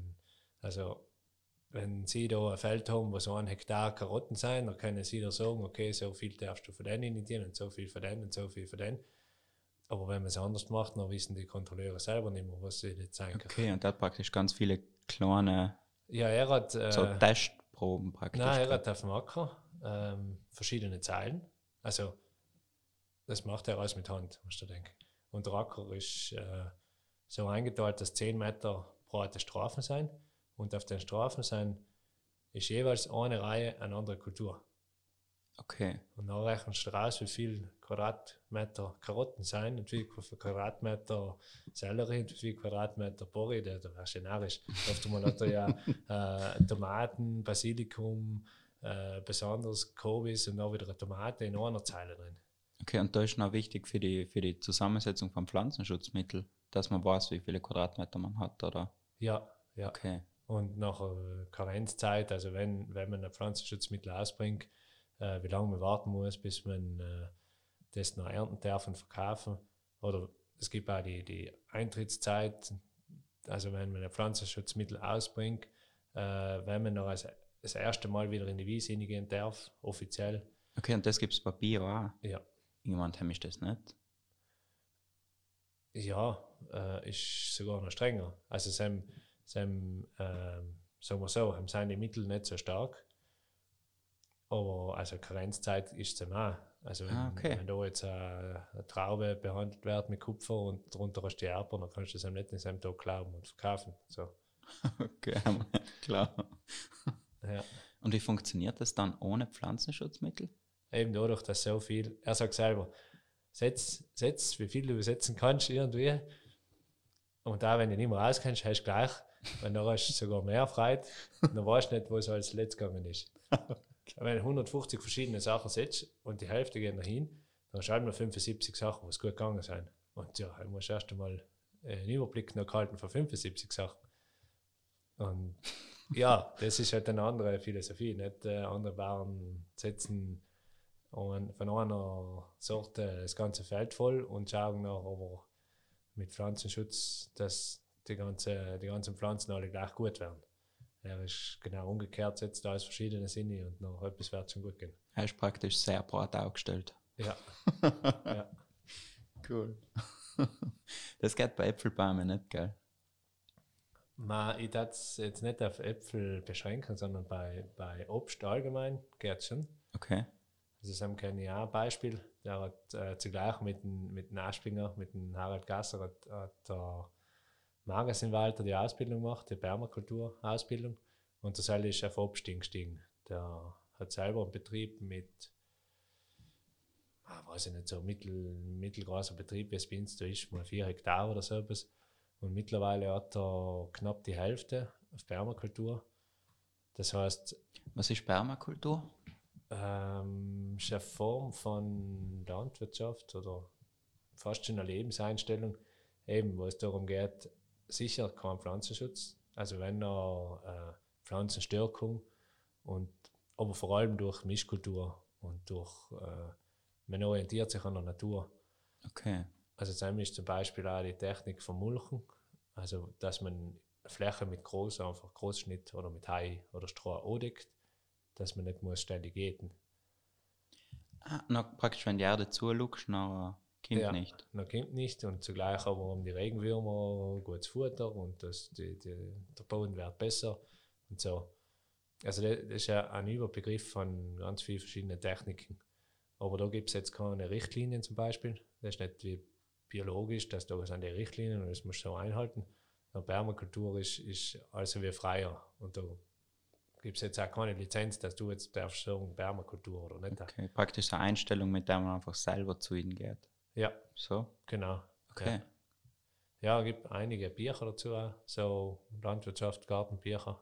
Wenn sie da ein Feld haben, wo so 1 Hektar Karotten sein, dann können sie da sagen, okay, so viel darfst du von denen initiieren und so viel von denen und so viel von denen. Aber wenn man es anders macht, dann wissen die Kontrolleure selber nicht mehr, was sie jetzt sein können. Okay, und er hat praktisch ganz viele kleine er hat so Testproben praktisch. Nein, er hat auf dem Acker verschiedene Zeilen. Also das macht er alles mit Hand, musst du denken. Und der Acker ist so eingeteilt, dass 10 Meter breite Strophen sein und auf den Strophen ist jeweils eine Reihe eine andere Kultur. Okay. Und dann rechnest du raus, wie viel Quadratmeter Karotten sein und wie viel Quadratmeter Sellerie und wie viel Quadratmeter Porree, der wärst du narrisch. Oft mal hat er ja Tomaten, Basilikum, besonders Kürbis und dann wieder eine Tomate in einer Zeile drin. Okay, und da ist noch wichtig für die Zusammensetzung von Pflanzenschutzmitteln, dass man weiß, wie viele Quadratmeter man hat, oder? Ja. Okay. Und nach Karenzzeit, also wenn man ein Pflanzenschutzmittel ausbringt, wie lange man warten muss, bis man das noch ernten darf und verkaufen. Oder es gibt auch die Eintrittszeit, also wenn man ein Pflanzenschutzmittel ausbringt, wenn man noch das erste Mal wieder in die Wiese hineingehen darf, offiziell. Okay, und das gibt es bei Bio auch? Ja. Irgendwann habe ich das nicht. Ja, ist sogar noch strenger. Also sagen wir so, sind die Mittel nicht so stark. Aber also Karenzzeit ist es auch. Also wenn da jetzt eine Traube behandelt wird mit Kupfer und darunter hast du die Erben, dann kannst du das nicht in seinem Tag glauben und verkaufen. So. Okay, klar. Ja. Und wie funktioniert das dann ohne Pflanzenschutzmittel? Eben dadurch, dass so viel, er sagt selber, setz, wie viel du setzen kannst irgendwie. Und da, wenn du nicht mehr rauskennst, hast du gleich. Wenn du hast sogar mehr Freude, dann weißt du nicht, wo es als letztes gegangen ist. Wenn du 150 verschiedene Sachen setzt und die Hälfte gehen dahin, dann schreiben wir 75 Sachen, was gut gegangen sind. Und ja, du musst erst einmal einen Überblick noch halten von 75 Sachen. Und ja, das ist halt eine andere Philosophie. Nicht andere Bauern setzen von einer Sorte das ganze Feld voll und schauen nach, aber mit Pflanzenschutz, dass die ganzen Pflanzen alle gleich gut werden. Er ist genau umgekehrt, setzt da aus verschiedenen Sinne und noch etwas wird schon gut gehen. Er ist praktisch sehr breit aufgestellt. Ja. Ja. Cool. Das geht bei Äpfelbäumen nicht, gell? Ich darf es jetzt nicht auf Äpfel beschränken, sondern bei Obst allgemein geht es schon. Okay. Also das kenne ich auch ein Beispiel. Der hat zugleich mit dem Aspinger, mit dem Harald Gasser, hat der Magasinwalter die Ausbildung gemacht, die Permakultur-Ausbildung. Und der Seil ist auf Obst gestiegen. Der hat selber einen Betrieb mit, weiß ich nicht, so mittelgroßer Betrieb, wie es bei uns da ist, mal 4 Hektar oder so etwas. Und mittlerweile hat er knapp die Hälfte auf Permakultur. Das heißt. Was ist Permakultur? Ist eine Form von Landwirtschaft oder fast schon eine Lebenseinstellung, eben, wo es darum geht, sicher kein Pflanzenschutz, also wenn noch Pflanzenstärkung, aber vor allem durch Mischkultur und man orientiert sich an der Natur. Okay. Also das ist zum Beispiel auch die Technik vom Mulchen, also dass man Fläche mit einfach Großschnitt oder mit Hai oder Stroh andeckt, dass man nicht muss ständig jäten. Noch praktisch, wenn die Erde zuschaust, dann kommt nicht. Dann kommt nicht und zugleich aber um die Regenwürmer gutes Futter und der Boden wird besser und so. Also das ist ja ein Überbegriff von ganz vielen verschiedenen Techniken. Aber da gibt es jetzt keine Richtlinien zum Beispiel. Das ist nicht wie biologisch, dass da sind die Richtlinien und das musst du so einhalten. Die Permakultur ist also wie freier und da gibt es jetzt auch keine Lizenz, dass du jetzt darfst sagen Permakultur oder nicht. Okay, praktisch eine Einstellung, mit der man einfach selber zu ihnen geht. Ja. So? Genau. Okay. Ja, es gibt einige Bücher dazu, auch, so Landwirtschaft, Gartenbücher.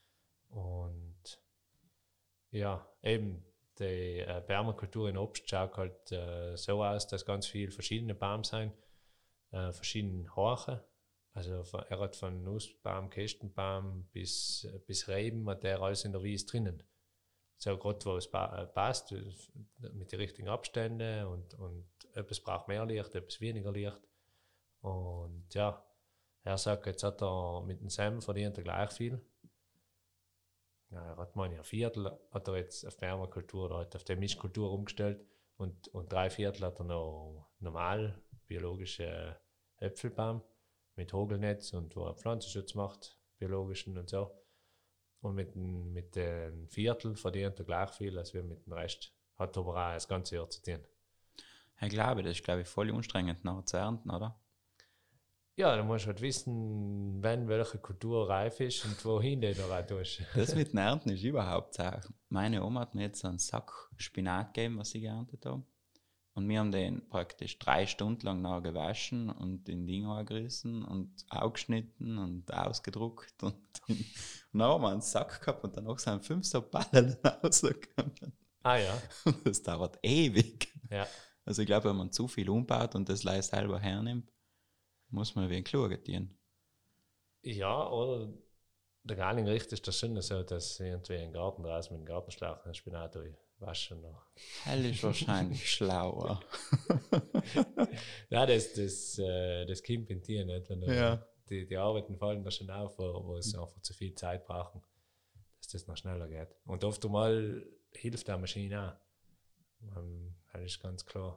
Und ja, eben die Permakultur in Obst schaut halt so aus, dass ganz viele verschiedene Bäume sind, verschiedene Horchen. Also er hat von Nussbaum, Kästenbaum bis Reben, hat der alles in der Wiese drinnen. So gerade wo es passt, mit den richtigen Abständen und etwas braucht mehr Licht, etwas weniger Licht. Und ja, er sagt, jetzt hat er mit dem Sam verdient er gleich viel. Ja, er hat ein Viertel hat er jetzt auf Permakultur oder hat auf die Mischkultur umgestellt und 3/4 hat er noch normal biologische Äpfelbaum mit Hogelnetz und wo er Pflanzenschutz macht, biologischen und so. Und mit dem Viertel verdient er gleich viel als wir mit dem Rest. Hat aber auch das ganze Jahr zu tun. Ich glaube, das ist voll anstrengend nachher zu ernten, oder? Ja, du musst halt wissen, wann welche Kultur reif ist und wohin du da rein tust. Das mit den Ernten ist überhaupt so. Meine Oma hat mir jetzt so einen Sack Spinat gegeben, was sie geerntet haben. Und wir haben den praktisch 3 Stunden lang noch gewaschen und in Ding angerissen und aufgeschnitten und ausgedruckt. Und dann haben wir einen Sack gehabt und danach sind 5 so Ballen rausgekommen. Ah ja. Und das dauert ewig. Ja. Also ich glaube, wenn man zu viel umbaut und das Leih selber hernimmt, muss man wie ein Kluger tun. Ja, oder der Garning ist das schon so, dass irgendwie im Garten draußen mit dem Gartenschlauch einen Spinat waschen. Hell ist wahrscheinlich schlauer. Ja, das kommt in dir nicht. Wenn Ja. Die Arbeiten fallen da schon auf, wo es einfach zu viel Zeit brauchen, dass das noch schneller geht. Und oft einmal hilft der Maschine auch. Das ist ganz klar.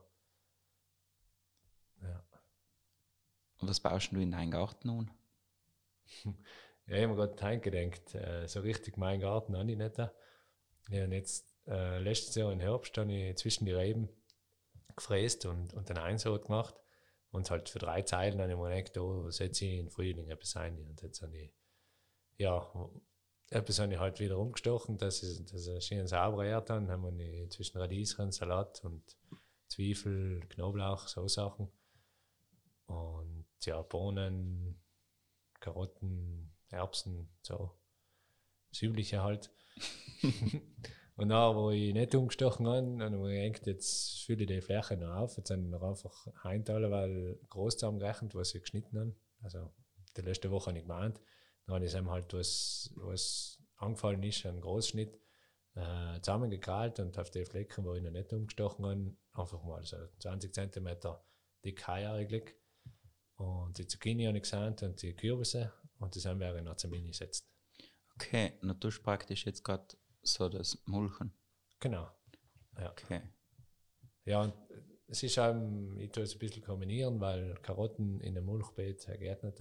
Ja. Und was baust du in deinen Garten nun? Ja, ich habe mir gerade eingedenkt, so richtig meinen Garten habe ich nicht. Ich habe jetzt letztes Jahr im Herbst habe ich zwischen die Reben gefräst und den Einsaat gemacht. Und halt für 3 Zeilen habe ich mir gedacht, da setze ich im Frühling etwas ein. Und jetzt habe ich, ja, etwas habe ich halt wieder umgestochen, dass es schön sauber Erde dann haben wir zwischen Radieschen, Salat und Zwiebel, Knoblauch, so Sachen. Und ja, Bohnen, Karotten, Erbsen, so das Übliche halt. Und dann, wo ich nicht umgestochen habe, habe ich gedacht, jetzt fülle ich die Fläche noch auf. Jetzt habe ich noch einfach einteilen, weil groß zusammengerechnet, was ich geschnitten habe. Also die letzte Woche habe ich gemeint. Dann habe ich es halt, was angefallen ist, einen Großschnitt zusammengekrallt und auf die Flecken, wo ich noch nicht umgestochen habe, einfach mal so 20 cm dick eigentlich. Und die Zucchini habe ich gesandt und die Kürbisse und das haben wir in eine Zimini gesetzt. Okay, und du praktisch jetzt gerade so das Mulchen. Genau. Ja. Okay. Ja, und es ist auch, ich tue es ein bisschen kombinieren, weil Karotten in einem Mulchbeet geht nicht.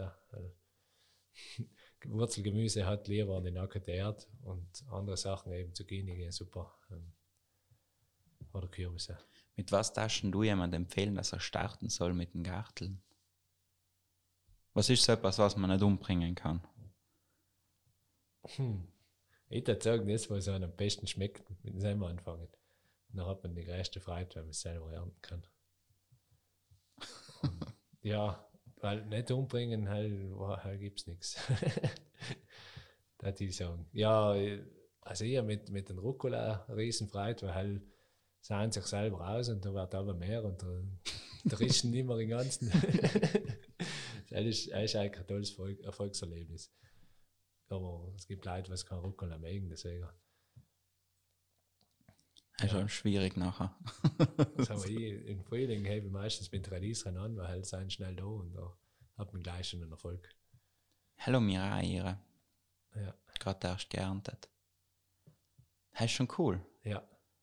Wurzelgemüse hat lieber an die nackte Erde und andere Sachen, eben Zucchini gehen super. Oder Kürbisse. Mit was darfst du jemandem empfehlen, dass er starten soll mit den Garteln? Was ist so etwas, was man nicht umbringen kann? Ich würde sagen, das, was einem am besten schmeckt, mit dem selber anfangen. Und dann hat man die größte Freude, wenn man es selber ernten kann. Und, ja, weil nicht umbringen, halt gibt es nichts. Da würde ich sagen. Ja, also ich habe mit den Rucola riesen Freude, weil halt sahen sich selber aus und da wird aber mehr und da riechen nicht mehr den ganzen. Das ist eigentlich ein tolles Erfolgserlebnis. Aber es gibt Leute, die kein Rucola mögen, deswegen. Das ist schon schwierig nachher. Das haben wir im Frühling habe ich meistens mit Radieschen an, weil halt sind schnell da und da hat man gleich schon einen Erfolg. Hallo Mira, ihre. Ja. Gerade erst geerntet. Das ist schon cool. Ja.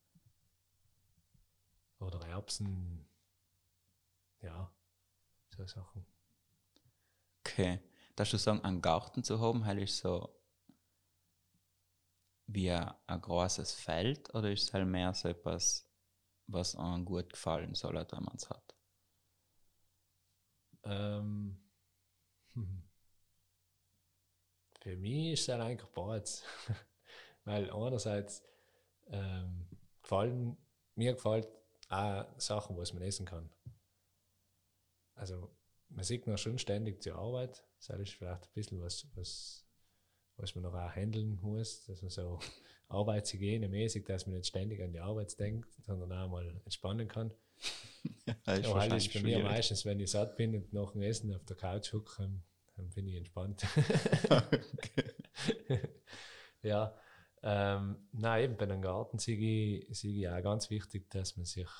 Oder Erbsen. Ja, so Sachen. Okay. Darfst du sagen, einen Garten zu haben, halt ist so wie ein großes Feld oder ist es halt mehr so etwas, was einem gut gefallen soll, wenn man es hat? Für mich ist es halt eigentlich beides. Weil einerseits mir gefällt auch Sachen, was man essen kann. Also man sieht noch schon ständig zur Arbeit. Das ist vielleicht ein bisschen was man noch auch handeln muss, dass man so Arbeitshygiene-mäßig, dass man nicht ständig an die Arbeit denkt, sondern auch mal entspannen kann. Das ist wahrscheinlich ist bei mir meistens, wenn ich satt bin und nach dem Essen auf der Couch hocke, dann bin ich entspannt. Ja, nein, eben bei einem Garten sehe ich auch ganz wichtig, dass man sich,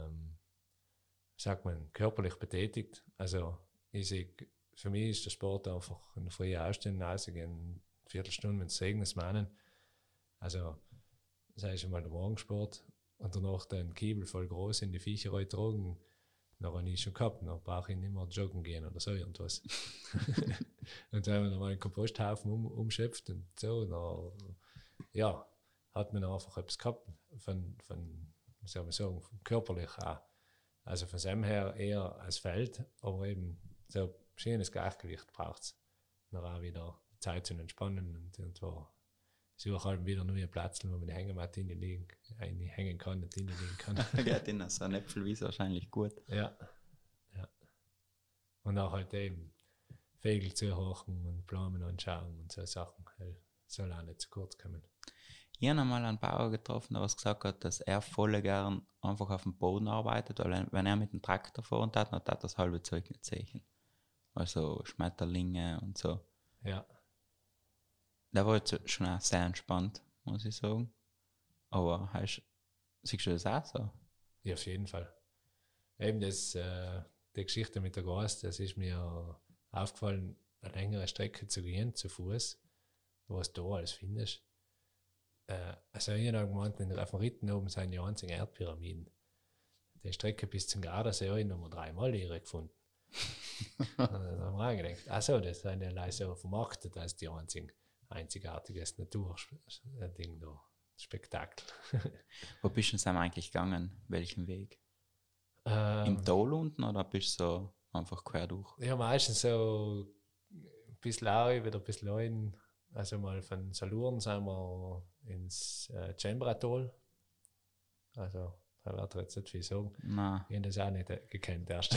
sagt man, körperlich betätigt. Also für mich ist der Sport einfach eine frühe Aufstehen, rausgehen, eine Viertelstunde, wenn es regnet, meinen. Also, das heißt einmal der Morgensport und danach den Kiebel voll groß in die Viecher tragen. Dann habe ich schon gehabt, dann brauche ich nicht mehr joggen gehen oder so irgendwas. Und wenn man dann mal einen Komposthaufen umschöpft und so, dann ja, hat man einfach etwas gehabt, von wie soll man sagen, körperlich auch. Also von dem her eher als Feld, aber eben so schönes Gleichgewicht braucht es. Dann auch wieder Zeit zum Entspannen und irgendwo suche halt wieder neue Plätze, wo man die Hängematte hängen kann und hinlegen kann. Geht in so ein Äpfelwiese wahrscheinlich gut. Ja. Und auch halt eben Vögel zuhören und Blumen anschauen und so Sachen. Soll auch nicht zu kurz kommen. Ich habe einmal einen Bauer getroffen, der was gesagt hat, dass er voll gern einfach auf dem Boden arbeitet, weil wenn er mit dem Traktor fahren hat, dann hat er das halbe Zeug nicht sehen. Also Schmetterlinge und so. Ja. Der war jetzt schon auch sehr entspannt, muss ich sagen. Aber siehst du das auch so? Ja, auf jeden Fall. Eben die Geschichte mit der Gas, das ist mir aufgefallen, eine längere Strecke zu gehen, zu Fuß, was du da alles findest. Also ich habe gemeint, auf dem Ritten oben sind die einzigen Erdpyramiden. Die Strecke bis zum Gardasee habe ich noch mal 3 Mal gefunden. Dann haben wir auch gedacht, achso, das sind ja leider so vermarktet als die einzigartiges Natur-Ding da, Spektakel. Wo bist du denn eigentlich gegangen? Welchen Weg? Ähm, Im Tal unten oder bist du so einfach quer durch? Ja, meistens so ein bisschen auch, wieder ein bisschen rein. Also mal von Saluren sind wir ins Chamberatol. Also da wird jetzt nicht viel sagen. Nein. Ich habe das auch nicht gekannt erst.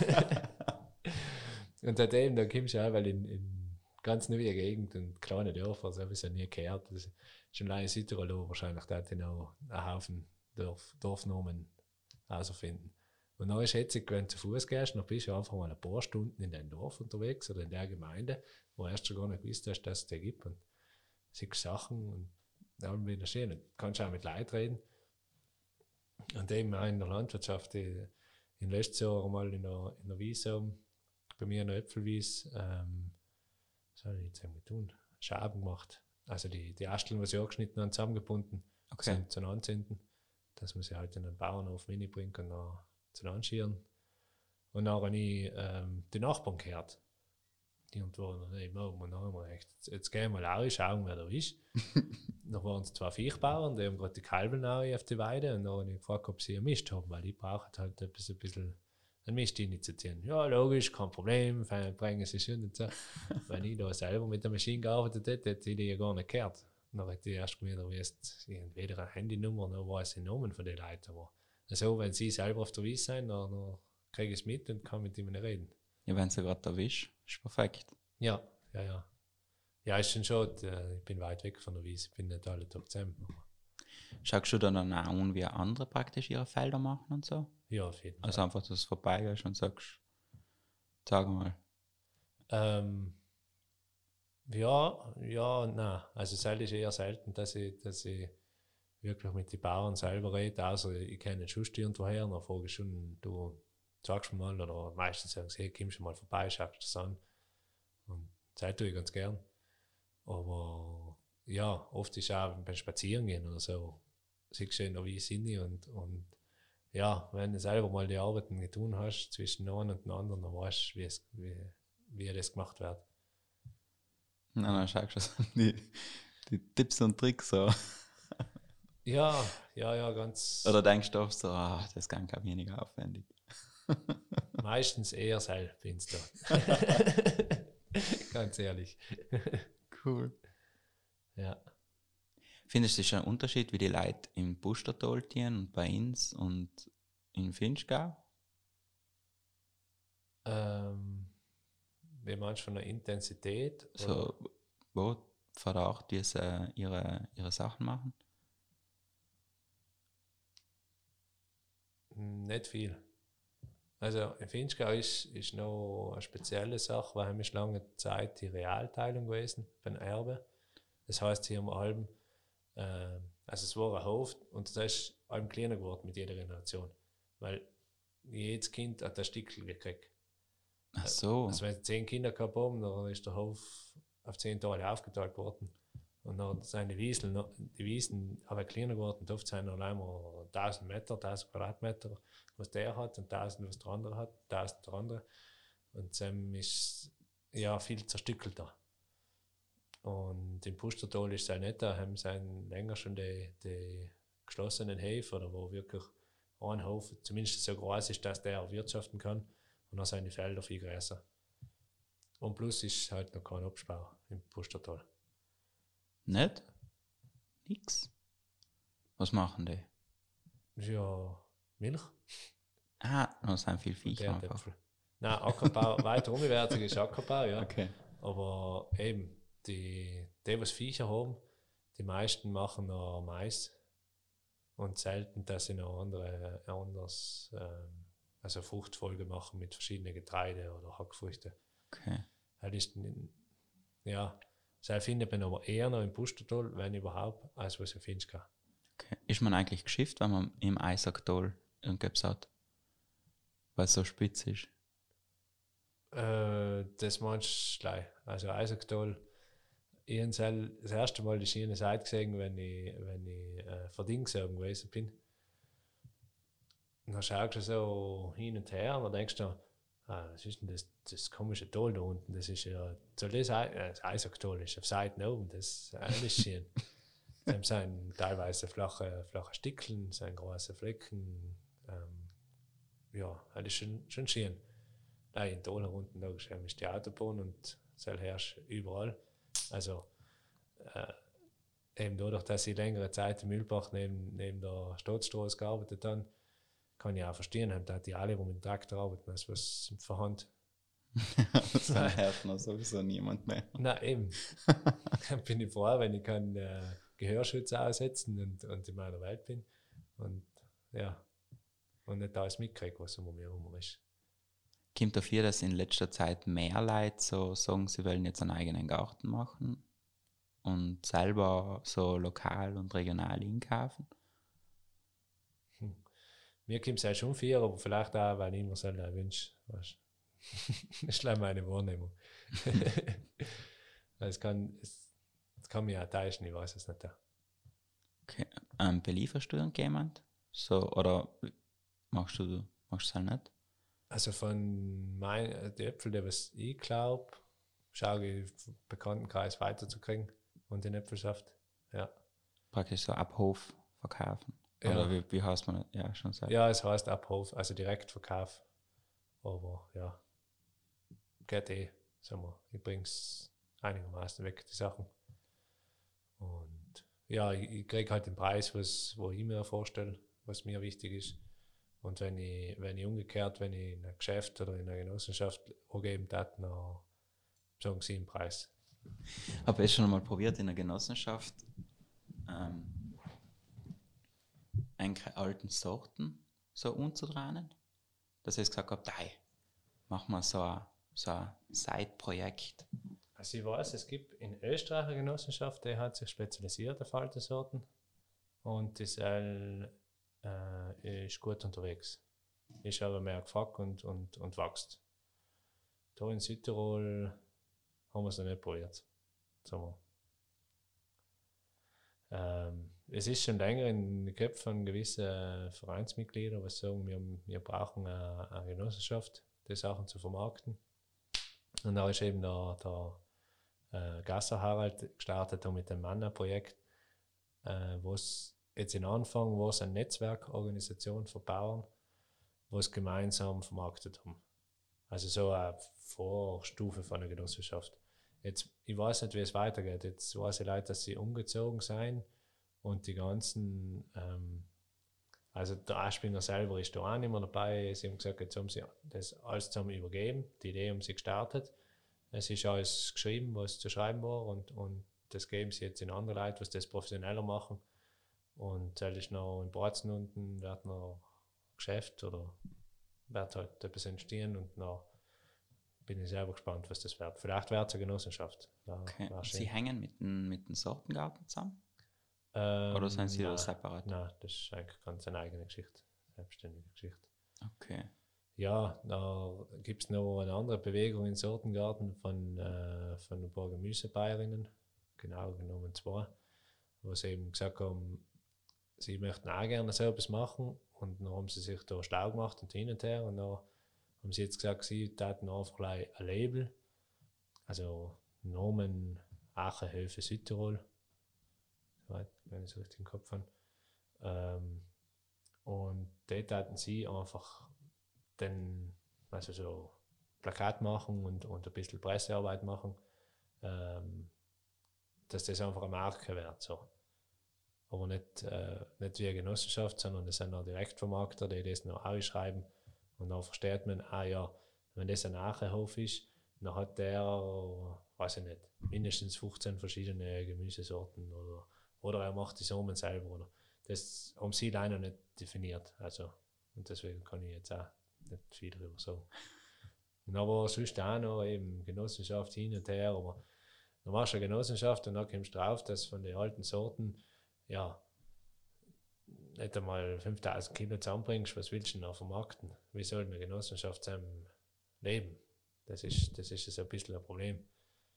Und seitdem, da kommst du auch, weil in ganz neue Gegend und kleine Dörfer, so habe ich es ja nie gehört. Das ist schon lange in Südtirol wahrscheinlich, da hätte ich noch einen Haufen Dorfnamen herausfinden. Und dann ist jetzt, wenn du zu Fuß gehst, dann bist du einfach mal ein paar Stunden in deinem Dorf unterwegs oder in der Gemeinde, wo du erst schon gar nicht gewusst hast, dass es die gibt. Und siehst Sachen und dann wieder schön. Und kannst auch mit Leuten reden. Und eben auch in der Landwirtschaft, in letztes Jahr mal in der Wiese, bei mir in der Äpfelwiese, was habe ich jetzt eigentlich tun? Schaben gemacht. Also die Asteln, die sie angeschnitten haben, zusammengebunden, Okay. zum Anzünden, dass man sie halt in den Bauernhof mitbringen und dann zu anschieren. Und dann habe ich die Nachbarn gehört. Die waren eben oben und dann haben wir gedacht, jetzt gehen wir mal schauen, wer da ist. Dann waren es 2 Viechbauern, die haben gerade die Kalben auf die Weide und dann habe ich gefragt, ob sie einen Mist haben, weil die brauchen halt ein bisschen einen Mist initiieren. Ja, logisch, kein Problem, bringen sie schon und so. Wenn ich da selber mit der Maschine gearbeitet hätte, hätte ich die ja gar nicht gehört. Dann hätte ich erst wieder entweder eine Handynummer, noch weiß ich den Namen von den Leuten. Aber also, wenn sie selber auf der Wiese sind, dann kriege ich es mit und kann mit ihnen reden. Ja, wenn du gerade erwischst, ist perfekt. Ja. Ja, ist schon schade. Ich bin weit weg von der Wiese, ich bin nicht alle Tag zusammen. Schaust du dann auch an, wie andere praktisch ihre Felder machen und so? Ja, auf jeden Fall. Also einfach, dass du vorbeigehst und sagst, sag mal. Ja und nein. Also es ist eher selten, dass ich wirklich mit den Bauern selber rede. Also ich kenne den Schuss irgendwoher, dann frage ich schon, du sagst mir mal, oder meistens sagen sie, hey, komm schon mal vorbei, schaust dir das an. Und das tue ich ganz gern. Aber ja, oft ist auch beim Spazierengehen oder so, siehst du noch wie sind und ja, wenn du selber mal die Arbeiten getan hast zwischen einem und dem anderen, dann weißt du, wie das gemacht wird. Dann schaust du so die Tipps und Tricks so. Ja, ganz. Oder denkst du oft so, das kann kein weniger aufwendig. Meistens eher selbst bin's da. Ganz ehrlich. Cool. Ja. Findest du es einen Unterschied, wie die Leute im Pustertal gehen und bei uns und in Finchgau? Wie meinst du von der Intensität? So, wo verraucht die ihre Sachen machen? Nicht viel. Also in Finchgau ist noch eine spezielle Sache, weil es lange Zeit die Realteilung gewesen beim Erbe. Das heißt, hier am Alben, also es war ein Hof und das ist allem kleiner geworden mit jeder Generation. Weil jedes Kind hat ein Stückchen gekriegt. Ach so. Also wenn sie 10 Kinder gehabt haben, dann ist der Hof auf 10 Teile aufgeteilt worden. Und dann sind die Wiesen aber kleiner geworden. Oft sind noch einmal 1000 Meter, 1000 Quadratmeter, was der hat, und 1000, was der andere hat, 1000 der andere. Und dann ist ja viel zerstückelter. Und im Pustertal ist es auch nicht, da haben sie länger schon die geschlossenen Höfe, oder wo wirklich ein Hof zumindest so groß ist, dass der wirtschaften kann. Und dann sind die Felder viel größer. Und plus ist halt noch kein Obstbau im Pustertal. Nicht? Nix. Was machen die? Ja, Milch Ah, noch sind viel und Viecher einfach. Erdäpfel. Nein, Ackerbau, weiter umwärtig ist Ackerbau, ja. Okay. Aber eben, die was Viecher haben, die meisten machen noch Mais. Und selten, dass sie noch anders, also Fruchtfolge machen mit verschiedenen Getreide oder Hackfrüchte. Okay. Das ist, ja, das findet man aber eher noch im Pustertal, wenn überhaupt, als was in Finchka. Okay. Ist man eigentlich geschifft, wenn man im Eisacktal irgendwas hat? Weil es so spitz ist. Das meinst du gleich. Also Eisacktal, ich habe das erste Mal die schöne Seite gesehen, wenn ich verdient gewesen bin. Und dann schaust du so hin und her und dann denkst du, was ist denn das komische Tal da unten? Das ist ja, so das Eisacktal ist auf Seiten oben, das ist alles schön. Es sind teilweise flache Stickeln, sind große Flecken. Ja, das ist schon schön. Nein, in Tal unten da ist die Autobahn und das herrscht überall. Also eben dadurch, dass ich längere Zeit in Mühlbach neben der Staatsstraße gearbeitet habe, kann ich auch verstehen, dass die alle, die mit dem Traktor arbeiten, als was von Hand. Das hört noch sowieso niemand mehr. Nein, eben. Dann bin ich froh, wenn ich kann Gehörschutz aussetzen und in meiner Welt bin. Und ja, und nicht alles mitkriege, was um mich herum ist. Kommt dafür, dass in letzter Zeit mehr Leute so sagen, sie wollen jetzt einen eigenen Garten machen und selber so lokal und regional einkaufen? Mir kommt es halt schon viel, aber vielleicht auch, weil ich immer selber wünsche. Das ist leider meine Wahrnehmung. Es kann mich auch täuschen, ich weiß es nicht. Okay. Belieferst du irgendjemand? So, oder machst du es halt nicht? Also von die Äpfel, die was ich glaube, schaue ich im Bekanntenkreis weiterzukriegen und den Äpfelsaft. Ja. Praktisch so ab Hof verkaufen. Ja. Oder wie heißt man das? Ja, schon so. Ja, es heißt Abhof, also Direktverkauf. Aber ja, geht sagen wir. Ich bringe es einigermaßen weg, die Sachen. Und ja, ich kriege halt den Preis, wo ich mir vorstelle, was mir wichtig ist. Und wenn ich umgekehrt, wenn ich in einem Geschäft oder in einer Genossenschaft angeben darf, dann sagen sie den Preis. Habe ich schon mal probiert, in einer Genossenschaft eigentlich alten Sorten so umzudrehen. Das heißt gesagt habe, hey, machen wir so ein Side-Projekt. Also ich weiß, es gibt in Österreich eine Genossenschaft, die hat sich spezialisiert auf alte Sorten und die ist gut unterwegs. Ist aber mehr gefragt und wächst. Hier in Südtirol haben wir es noch nicht probiert. Es ist schon länger in den Köpfen von gewissen Vereinsmitgliedern, die sagen, wir brauchen eine Genossenschaft, die Sachen zu vermarkten. Und da ist eben der Gasser Harald gestartet mit dem Manna-Projekt, wo es jetzt in Anfang war es eine Netzwerkorganisation für Bauern, die es gemeinsam vermarktet haben. Also so eine Vorstufe von einer Genossenschaft. Jetzt, ich weiß nicht, wie es weitergeht. Jetzt weiß ich leider, dass sie umgezogen sind und die ganzen, also der Aschbinger selber ist da auch nicht mehr dabei. Sie haben gesagt, jetzt haben sie das alles zusammen übergeben. Die Idee haben sie gestartet. Es ist alles geschrieben, was zu schreiben war und das geben sie jetzt in andere Leute, was das professioneller machen. Und das ist noch in Bratzen unten, wird noch Geschäft oder wird halt etwas entstehen und dann bin ich selber gespannt, was das wird. Vielleicht wird es eine Genossenschaft. Okay. Sie hängen mit dem Sortengarten zusammen? Oder sind Sie da separat? Nein, das ist eigentlich ganz eine eigene Geschichte, selbstständige Geschichte. Okay. Ja, da gibt es noch eine andere Bewegung im Sortengarten von ein paar Gemüsebäuerinnen, genau genommen 2, wo sie eben gesagt haben, sie möchten auch gerne so etwas machen und dann haben sie sich da schlau gemacht und hin und her und dann haben sie jetzt gesagt, sie taten einfach gleich ein Label, also Nomen Achenhöfe Südtirol, wenn ich es richtig im Kopf habe. Und dort taten sie einfach den, also so Plakat machen und ein bisschen Pressearbeit machen, dass das einfach eine Marke wird. So. Aber nicht wie eine Genossenschaft, sondern das sind noch Direktvermarkter, die das noch ausschreiben. Und dann versteht man, wenn das ein Nachhof ist, dann hat der, weiß ich nicht, mindestens 15 verschiedene Gemüsesorten oder er macht die Samen selber. Oder. Das haben sie leider nicht definiert. Also, und deswegen kann ich jetzt auch nicht viel darüber sagen. Und aber sonst auch noch eben Genossenschaft hin und her. Aber dann machst du eine Genossenschaft und dann kommst du drauf, dass von den alten Sorten nicht einmal 5000 Kilo zusammenbringst, was willst du denn noch vermarkten? Wie soll eine Genossenschaft zusammen leben? Das ist so ein bisschen ein Problem.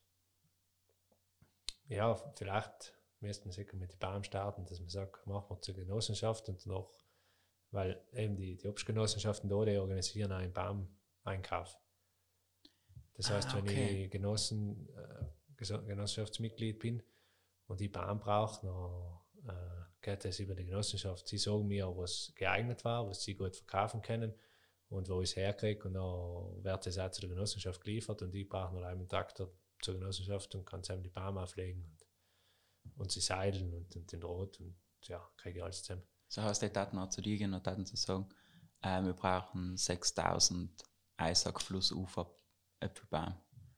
Ja, vielleicht müssten wir sicher mit den Bauern starten, dass man sagt, machen wir zur Genossenschaft und noch, weil eben die Obstgenossenschaften da, die organisieren auch einen Baumeinkauf. Das heißt, wenn ich Genossenschaftsmitglied bin und ich Baum brauche, dann geht das über die Genossenschaft. Sie sagen mir, was geeignet war, was sie gut verkaufen können und wo ich es herkriege und dann wird das auch zu der Genossenschaft geliefert und ich brauche noch einen Traktor zur Genossenschaft und kann zusammen die Baum auflegen und sie seilen und den Rot und ja, kriege ich alles zusammen. So heißt die Daten auch zu dir gehen und Daten zu sagen, wir brauchen 6000 Eisack-Flussufer Äpfelbaum.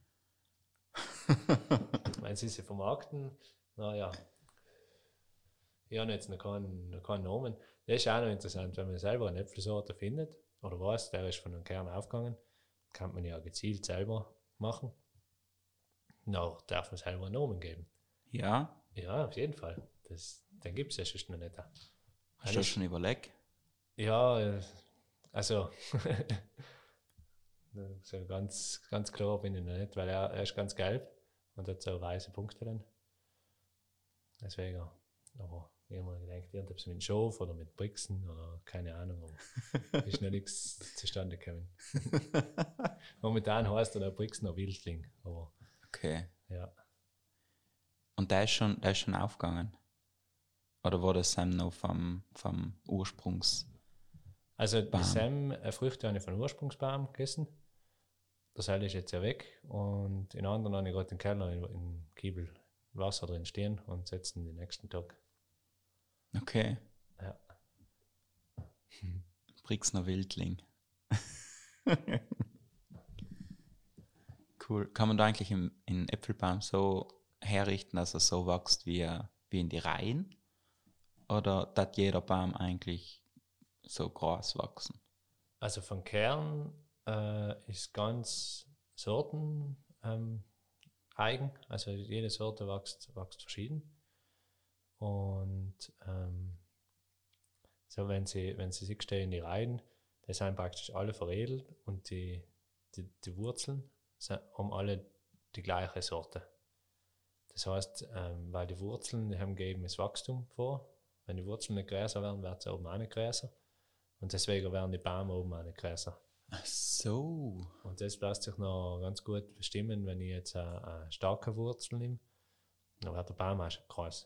Wenn sie vermarkten, naja. Ich habe jetzt noch keinen Namen. Das ist auch noch interessant, wenn man selber eine Äpfelsorte findet oder weiß, der ist von einem Kern aufgegangen, kann man ja gezielt selber machen. Dann darf man selber einen Namen geben. Ja? Ja, auf jeden Fall. Den gibt es ja sonst noch nicht. Hast du das schon überlegt? Ja, also so ganz klar bin ich noch nicht, weil er ist ganz gelb und hat so weiße Punkte drin. Deswegen, aber ich habe mir gedacht, irgendwas mit Schof oder mit Brixen oder keine Ahnung, aber ist noch nichts zustande gekommen. Momentan heißt er Brixen oder Wildling, aber okay. Ja. Und der ist schon aufgegangen? Oder war das Sam noch vom Ursprungs? Also die Früchte habe ich von Ursprungsbaum gegessen. Der Seil ist jetzt ja weg und in anderen habe ich gerade den Keller in Kiebel Wasser drin stehen und setzen den nächsten Tag. Okay. Ja. Brixner Wildling. Cool. Kann man da eigentlich in Äpfelbaum so herrichten, dass er so wächst wie in die Reihen? Oder darf jeder Baum eigentlich so groß wachsen? Also von Kern ist ganz Sorten eigen. Also jede Sorte wächst verschieden. Und so wenn sie sich stehen in die Reihen, das sind praktisch alle veredelt und die Wurzeln haben alle die gleiche Sorte. Das heißt, weil die Wurzeln geben das Wachstum vor. Wenn die Wurzeln nicht größer werden, wird es oben auch nicht größer. Und deswegen werden die Bäume oben auch nicht größer. Ach so. Und das lässt sich noch ganz gut bestimmen, wenn ich jetzt eine starke Wurzel nehme, dann wird der Baum auch schon groß.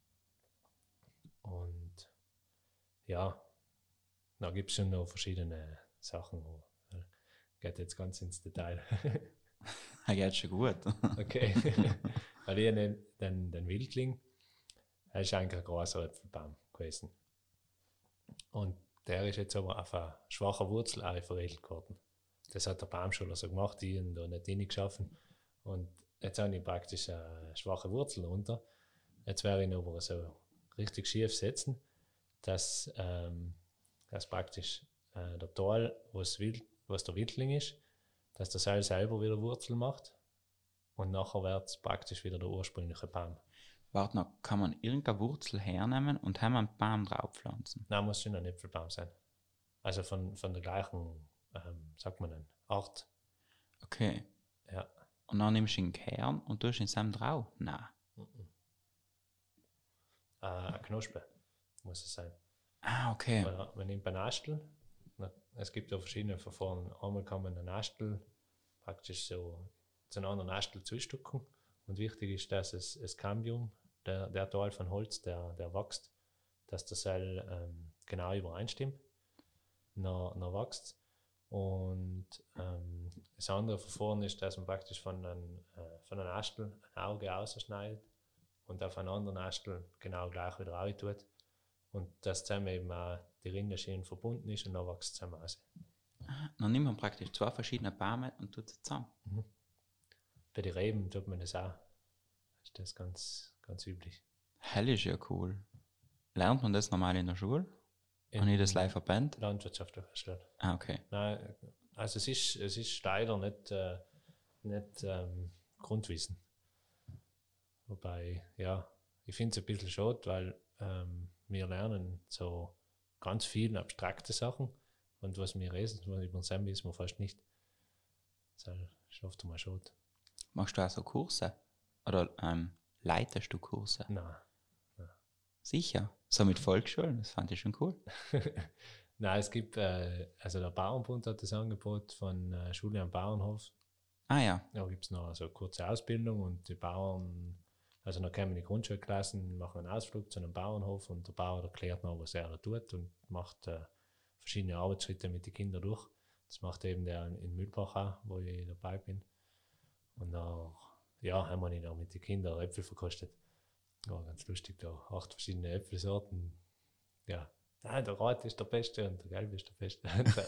Und ja, da gibt es schon noch verschiedene Sachen. Geht jetzt ganz ins Detail. Er geht schon gut. Okay. Weil ich den Wildling, er ist eigentlich ein großer Äpfelbaum gewesen. Und der ist jetzt aber auf eine schwache Wurzel auch veredelt geworden. Das hat der Baumschule so gemacht, die ihn da nicht hineingeschaffen. Und jetzt habe ich praktisch eine schwache Wurzel runter. Jetzt werde ich ihn aber so richtig schief setzen, dass praktisch der Teil, was der Wildling ist, dass der Seil selber wieder Wurzel macht und nachher wird es praktisch wieder der ursprüngliche Baum. Warte noch, kann man irgendeine Wurzel hernehmen und haben einen Baum drauf pflanzen? Nein, muss schon ein Äpfelbaum sein. Also von der gleichen, sagt man, Art. Okay. Ja. Und dann nimmst du den Kern und tust ihn zusammen drauf? Nein. Eine Knospe muss es sein. Ah, okay. Oder man nimmt einen Astel. Es gibt ja verschiedene Verfahren. Einmal kann man einen Astel praktisch so zu einem anderen Astel zustücken. Und wichtig ist, dass das Cambium, der Teil von Holz, der wächst, dass das Seil genau übereinstimmt. Dann wächst. Und das andere Verfahren ist, dass man praktisch von einem Astel ein Auge ausschneidet und auf einen anderen Astel genau gleich wieder rein tut. Und dass zusammen eben auch die Rinde schön verbunden ist und dann wächst es zusammen aus. Dann nimmt man praktisch 2 verschiedene Bäume und tut sie zusammen. Bei den Reben tut man das auch. Ist das ganz, ganz üblich. Hell ist ja cool. Lernt man das normal in der Schule? Und nicht das live verband? Landwirtschaftlich erstellt. Ah, okay. Nein, also es ist leider nicht Grundwissen. Wobei, ja, ich finde es ein bisschen schade, weil wir lernen so ganz viele abstrakte Sachen und was wir lesen, was über den wissen wir fast nicht. Das ist oft mal schade. Machst du auch so Kurse? Oder leitest du Kurse? Nein. Sicher. So mit Volksschulen, das fand ich schon cool. Nein, es gibt, also der Bauernbund hat das Angebot von Schule am Bauernhof. Ah ja. Da gibt es noch so eine kurze Ausbildung und die Bauern, also dann kommen die Grundschulklassen, machen einen Ausflug zu einem Bauernhof und der Bauer erklärt noch, was er da tut und macht verschiedene Arbeitsschritte mit den Kindern durch. Das macht eben der in Mühlbach auch, wo ich dabei bin. Und dann haben wir ihn auch mit den Kindern Äpfel verkostet. Ja, ganz lustig, da 8 verschiedene Äpfelsorten. Ja, der Rot ist der Beste und der Gelbe ist der Beste.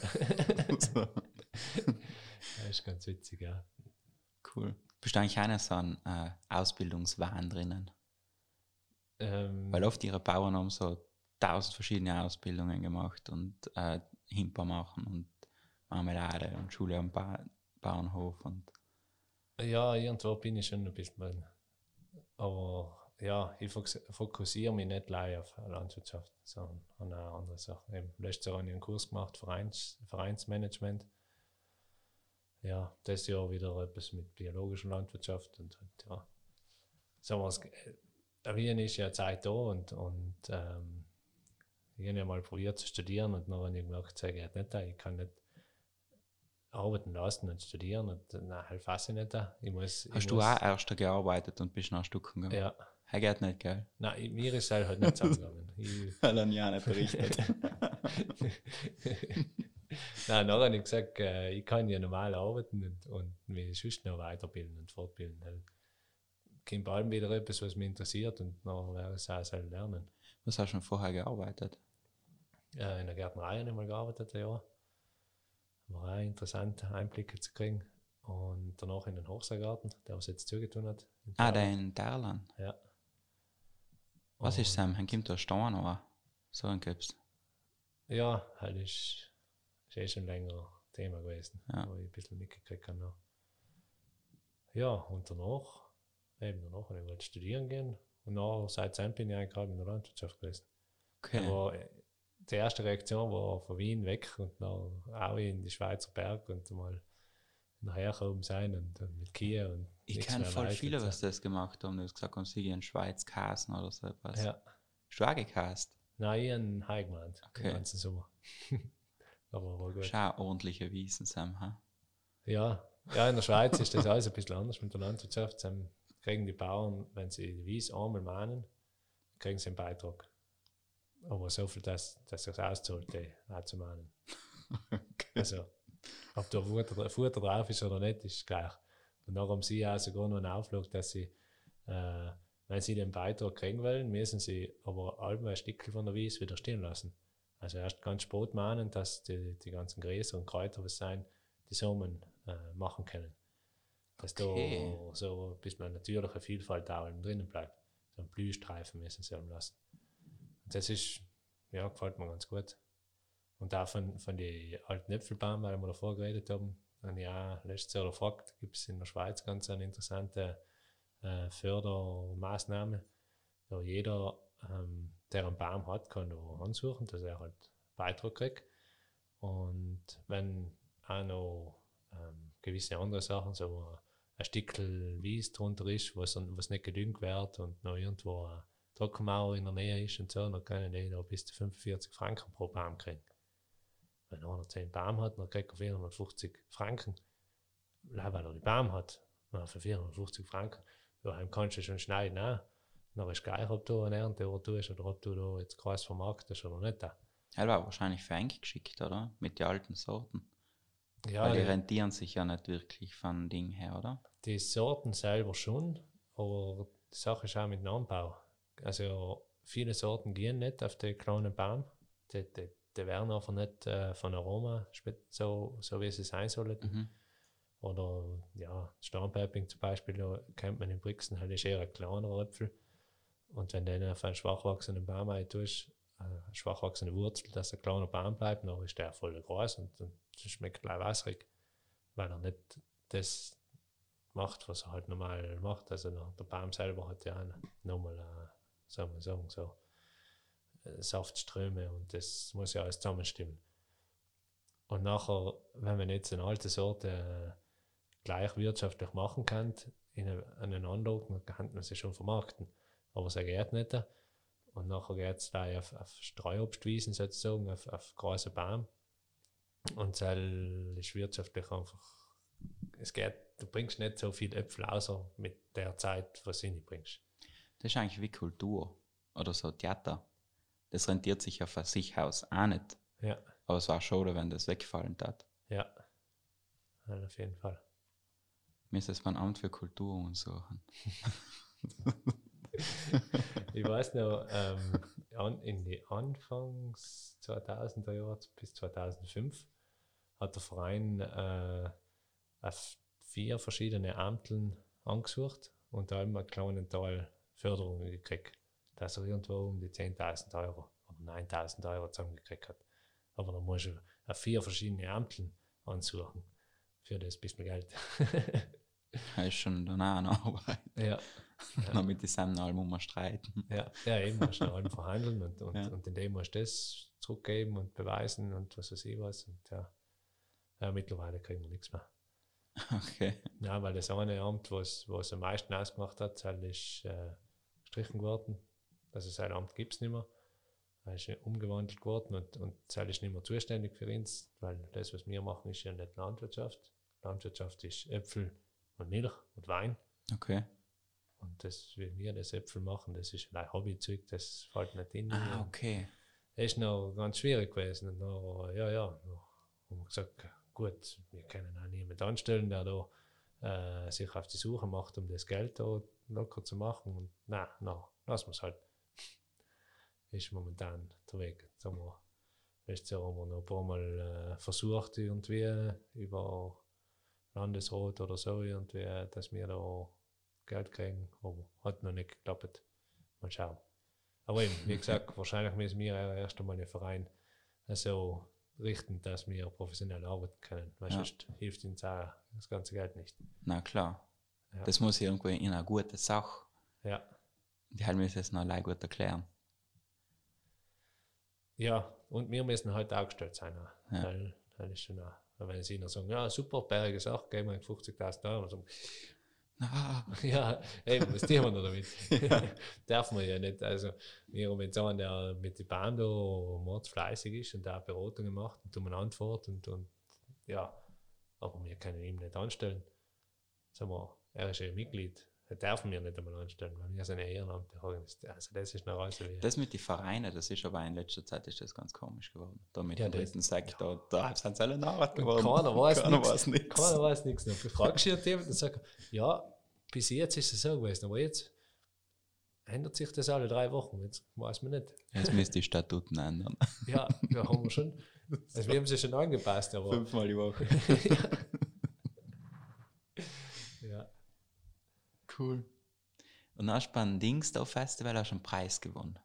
Das ist ganz witzig, ja. Cool. Bist du eigentlich einer so ein Ausbildungswahn drinnen? Weil oft ihre Bauern haben so 1000 verschiedene Ausbildungen gemacht und Himper machen und Marmelade und Schule am Bauernhof. Und ja, irgendwo bin ich schon ein bisschen, aber ja, ich fokussiere mich nicht gleich auf Landwirtschaft, sondern an eine andere Sachen. Eben, letztes Jahr habe ich einen Kurs gemacht, Vereinsmanagement. Ja, das Jahr wieder etwas mit biologischer Landwirtschaft und ja, sagen wir es, der Wien ist ja Zeit da und ich habe ja mal probiert zu studieren und dann habe ich gemerkt, ich kann nicht arbeiten lassen und studieren und dann halt fasse ich nicht da. Hast du auch erst gearbeitet und bist nach Stück gegangen? Ja. Er geht nicht, gell? Nein, mir ist es halt nicht zusammengegangen. Weil er ja nicht berichtet. Nein, nachher habe ich gesagt, ich kann ja normal arbeiten und mich sonst noch weiterbilden und fortbilden. Dann kommt bald wieder etwas, was mich interessiert und dann werde ich es auch selber lernen. Was hast du schon vorher gearbeitet? In der Gärtnerei habe ich mal gearbeitet, ein Jahr. War auch interessant, Einblicke zu kriegen. Und danach in den Hochseegarten, der was jetzt zugetan hat. Der in Derlan? Ja. Was ist Sam? Dann kommt da Stein an. So ein Gips. Ja, halt ist schon länger Thema gewesen, wo ich ein bisschen mitgekriegt habe. Noch. Ja, und danach habe ich wollte studieren gehen. Und dann, seitdem bin ich eigentlich gerade in der Landwirtschaft gewesen. Okay. Aber die erste Reaktion war von Wien weg und dann auch in die Schweizer Berg und mal nachher oben sein und mit Kia. Und ich kenne voll viele, was das gemacht haben. Du hast gesagt, sie gehen in Schweiz casten oder so etwas. Ja. Hast du auch gecast? Nein, ich habe einen Heim gemacht, okay. Den ganzen Sommer. Aber war gut. Schau, ordentliche Wiesen, Sam, ha? Ja, in der Schweiz ist das alles ein bisschen anders mit der Landwirtschaft. Sam kriegen die Bauern, wenn sie die Wiese einmal mahnen, kriegen sie einen Beitrag. Aber so viel, dass es auszahlt, auch zu mahnen. Okay. Also, ob da Futter drauf ist oder nicht, ist gleich. Und dann haben sie auch sogar noch einen Auftrag, dass sie, wenn sie den Beitrag kriegen wollen, müssen sie aber ein Stückchen von der Wiese wieder stehen lassen. Also erst ganz spät mahnen, dass die ganzen Gräser und Kräuter, was sein, die Samen machen können. Dass da so ein bisschen eine natürliche Vielfalt da drinnen bleibt. So einen Blühstreifen müssen sie haben lassen. Und das ist, ja, gefällt mir ganz gut. Und auch von den alten Äpfelbäumen, weil wir davor geredet haben, habe ich auch letztes Jahr gefragt, gibt es in der Schweiz ganz eine interessante Fördermaßnahme, wo jeder, der einen Baum hat, kann da ansuchen, dass er halt Beitrag kriegt. Und wenn auch noch gewisse andere Sachen, so ein Stückchen Wies drunter ist, was nicht gedüngt wird und noch irgendwo eine Trockenmauer in der Nähe ist und so, dann können die da bis zu 45 Franken pro Baum kriegen. Wenn einer 10 Baum hat, dann kriegt er 450 Franken. Weil er die Baum hat, dann für 450 Franken. Daheim kannst du schon schneiden auch. Dann ist gleich, ob du eine Ernte oder tust oder ob du da jetzt Kreis vermarktest oder nicht. Er war wahrscheinlich für eingeschickt, oder? Mit den alten Sorten. Ja, Weil die rentieren sich ja nicht wirklich von Ding her, oder? die Sorten selber schon, aber die Sache ist auch mit dem Anbau. Also viele Sorten gehen nicht auf den kleinen Baum. Die werden einfach nicht von Aroma so wie sie sein sollen. Mhm. Oder ja, Starnperping zum Beispiel, da kennt man in Brixen, halt ist eher ein kleinerer Äpfel. Und wenn du den auf einen schwach wachsenden Baum tust, eine schwach wachsende Wurzel, dass ein kleiner Baum bleibt, dann ist der voll groß und schmeckt gleich wässrig, weil er nicht das macht, was er halt normal macht. Also der Baum selber hat ja auch nochmal, sagen wir so Saftströme und das muss ja alles zusammenstimmen. Und nachher, wenn man jetzt eine alte Sorte gleich wirtschaftlich machen kann, in einen Anlagen, dann kann man sie schon vermarkten. Aber es geht nicht. Und nachher geht es da auf Streuobstwiesen sozusagen, auf große Baum. Und das ist wirtschaftlich einfach, du bringst nicht so viel Äpfel außer mit der Zeit, was du bringst. Das ist eigentlich wie Kultur oder so Theater. Das rentiert sich ja von sich aus auch nicht. Ja, Aber es war schade, wenn das wegfallen hat. ja, auf jeden Fall. Müsste es beim Amt für Kultur suchen. Ich weiß noch, in die Anfangs 2000er Jahre bis 2005 hat der Verein auf 4 verschiedene Ämteln angesucht und da haben wir einen kleinen Teil Förderungen gekriegt, dass er irgendwo um die 10.000 Euro oder 9.000 Euro zusammengekriegt hat. Aber dann musst du auf 4 verschiedene Ämteln ansuchen für das bisschen Geld. Das ist schon danach eine Arbeit. Ja. Noch mit diesem allem muss man streiten. Ja, eben, musst du allem verhandeln und Ja. und in dem musst du das zurückgeben und beweisen und was weiß ich was. Und ja, mittlerweile kriegen wir nichts mehr. Okay. Ja, weil das eine Amt, was am meisten ausgemacht hat, das ist gestrichen geworden. Also sein Amt gibt es nicht mehr. Er ist umgewandelt worden und das ist nicht mehr zuständig für uns, weil das, was wir machen, ist ja nicht Landwirtschaft. Landwirtschaft ist Äpfel und Milch und Wein. Okay. Und das, wie wir das Äpfel machen, das ist ein Hobbyzeug, das fällt nicht in. Okay. Das ist noch ganz schwierig gewesen. Und dann, dann haben wir gesagt, gut, wir können auch niemanden anstellen, der da sich auf die Suche macht, um das Geld da locker zu machen. Und nein, lassen wir es halt. Ist momentan der Weg. Sagen wir, letztes Jahr haben wir noch ein paar Mal versucht, irgendwie über Landesrat oder so, irgendwie, dass wir da Geld kriegen, aber hat noch nicht geklappt. Mal schauen. Aber eben, wie gesagt, wahrscheinlich müssen wir erst einmal den Verein so richten, dass wir professionell arbeiten können, weil sonst hilft uns auch das ganze Geld nicht. Na klar. Ja. Das muss irgendwo in einer guten Sache. Ja. Die halt müssen es noch allein gut erklären. Ja, und wir müssen halt aufgestellt sein. Ja. Weil ist schon auch, wenn sie noch sagen, ja, super, bärige Sache, geben wir 50.000 Euro. So, ja, eben, was tun wir noch damit? Darf man ja nicht. Also, wir haben jetzt einen, der mit den Bahn da mordsfleißig ist und da Beratungen macht und um eine Antwort und ja, aber wir können ihn nicht anstellen. Sagen wir, er ist ja Mitglied, das dürfen wir nicht einmal anstellen, weil wir sind eine ehrenamtliche Organisation. Also, das ist noch raus. Das mit den Vereinen, das ist aber in letzter Zeit ist das ganz komisch geworden. Da mit Ja, dem das- dritten Sektor, da sind sie alle Nachrichten geworden. Keiner weiß nichts. Keiner weiß nichts. Dann fragst du jemanden und sagst, ja, bis jetzt ist es so gewesen, aber jetzt ändert sich das alle 3 Wochen. Jetzt weiß man nicht. Jetzt müsst die Statuten ändern. Ja, wir haben schon. Also wir haben sie schon angepasst, aber 5-mal die Woche. ja. Cool. Und hast du beim Dingsdorf-Festival auch schon einen Preis gewonnen?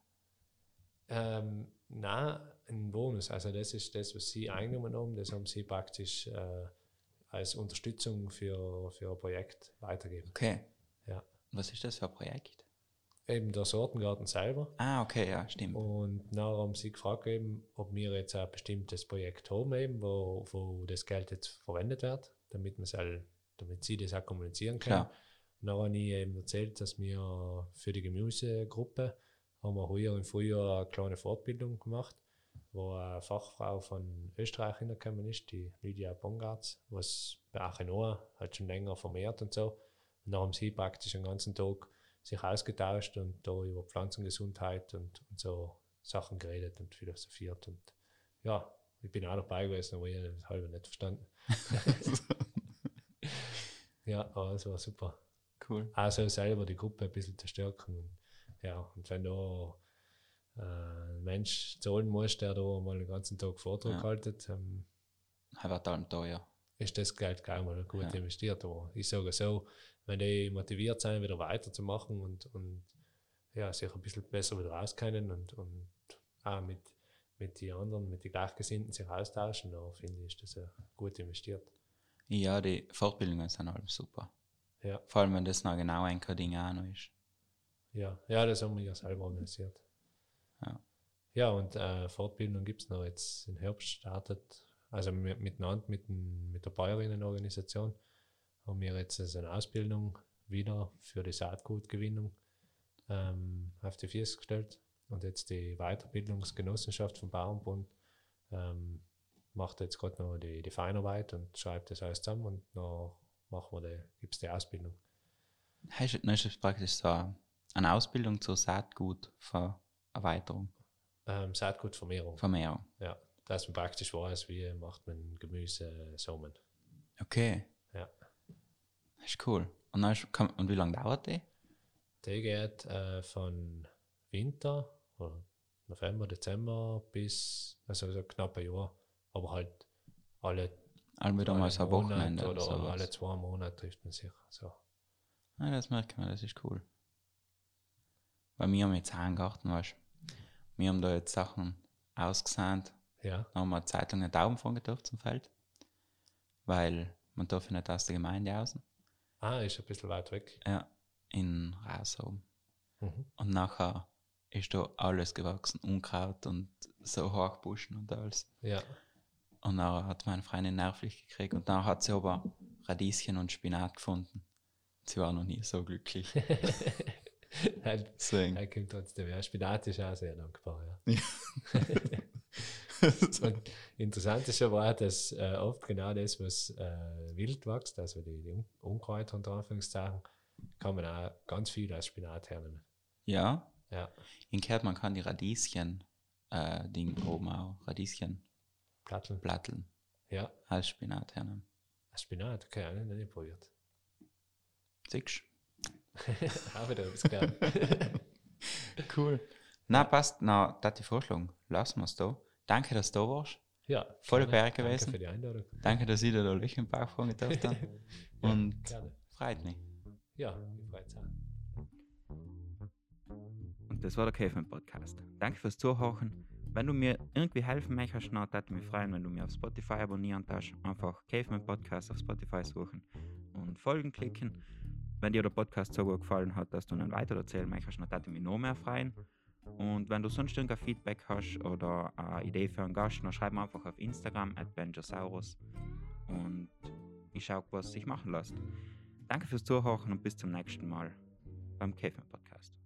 Nein, ein Bonus. Also das ist das, was sie eingenommen haben. Das haben sie praktisch als Unterstützung für ein Projekt weitergeben. Okay. Ja. Was ist das für ein Projekt? Eben der Sortengarten selber. Ah, okay, ja, stimmt. Und nachher haben sie gefragt, eben, ob wir jetzt ein bestimmtes Projekt haben, eben, wo das Geld jetzt verwendet wird, damit sie das auch kommunizieren können. Klar. Und dann habe ich eben erzählt, dass wir für die Gemüsegruppe haben wir heuer im Frühjahr eine kleine Fortbildung gemacht, wo eine Fachfrau von Österreich hingekommen ist, die Lydia Bongartz, was bei Achenoa halt schon länger vermehrt und so. Und dann haben sie praktisch den ganzen Tag sich ausgetauscht und da über Pflanzengesundheit und so Sachen geredet und philosophiert. Und ja, Ich bin auch dabei gewesen, aber ich habe das halbe nicht verstanden. Ja, aber es war super. Cool. Also selber die Gruppe ein bisschen zu stärken. Und, ja, und wenn da ein Mensch zahlen muss, der da mal den ganzen Tag Vortrag haltet, Er wird allem teuer. ist das Geld gleich mal gut investiert. Aber ich sage so, wenn die motiviert sind, wieder weiterzumachen und ja, sich ein bisschen besser wieder auskennen und auch mit den anderen, mit den Gleichgesinnten sich austauschen, da finde ich, ist das gut investiert. Ja, die Fortbildungen sind alle super. Ja. Vor allem, wenn das noch genau ein Ding auch noch ist. Ja, das haben wir ja selber organisiert. Ja. Ja, und Fortbildung gibt es noch jetzt im Herbst startet, also miteinander mit der Bäuerinnenorganisation haben wir jetzt also eine Ausbildung wieder für die Saatgutgewinnung auf die Füße gestellt. Und jetzt die Weiterbildungsgenossenschaft vom Bauernbund macht jetzt gerade noch die Feinarbeit und schreibt das alles zusammen und dann gibt es die Ausbildung. Dann ist es praktisch so eine Ausbildung zur Saatgutvererweiterung. Saatgutvermehrung. Vermehrung. Ja, dass man praktisch weiß, wie macht man Gemüse Samen. Okay. Ja. Das ist cool. Und wie lange dauert die? Die geht von Winter, oder November, Dezember bis also so knapp ein Jahr, aber halt alle Wieder mal so ein Wochenende oder sowas. alle 2 Monate trifft man sich. So. Ja, das merkt man, das ist cool. Weil wir haben jetzt auch einen Garten, weißt du. Wir haben da jetzt Sachen ausgesandt. Ja. Dann haben wir eine Zeit lang einen Daumen fangen dürfen zum Feld. Weil man darf ja nicht aus der Gemeinde raus. Ist ein bisschen weit weg. Ja, in Raushoben. Mhm. Und nachher ist da alles gewachsen, Unkraut und so Hochbuschen und alles. Ja. Und dann hat meine Freundin nervlich gekriegt und dann hat sie aber Radieschen und Spinat gefunden. Sie war noch nie so glücklich. Deswegen. Er kommt trotzdem. Ja, Spinat ist auch sehr dankbar. Ja. Und interessant ist aber auch, dass oft genau das, was wild wächst, also die Unkräuter unter Anführungszeichen, kann man auch ganz viel als Spinat hernehmen. Ja. Ja. In Kehrt, man kann die Radieschen, Ding oben auch, Radieschen Platteln Ja. als Spinat hernehmen. Als Spinat, okay, habe ich noch nicht probiert. Siehst Auch wieder etwas gelernt. Cool. Na, passt. Na, das ich vorschlagen. Lassen wir es da. Danke, dass du da warst. Ja. Volle gerne. Berg gewesen. Danke für die Einladung. Danke, dass ich dir da Löcher im Bauch fangen durfte. Und Gerne. freut mich. Ja, mich freut es auch. Und das war der Caveman Podcast. Danke fürs Zuhören. Wenn du mir irgendwie helfen möchtest, dann würde ich mich freuen, wenn du mir auf Spotify abonnieren darfst. Einfach Caveman Podcast auf Spotify suchen und Folgen klicken. Wenn dir der Podcast so gut gefallen hat, dass du ihn weiter erzählen möchtest, dann würde ich mich noch mehr freuen. Und wenn du sonst irgendein Feedback hast oder eine Idee für einen Gast, dann schreib mir einfach auf Instagram @benjosaurus und ich schaue, was sich machen lässt. Danke fürs Zuhören und bis zum nächsten Mal beim Caveman Podcast.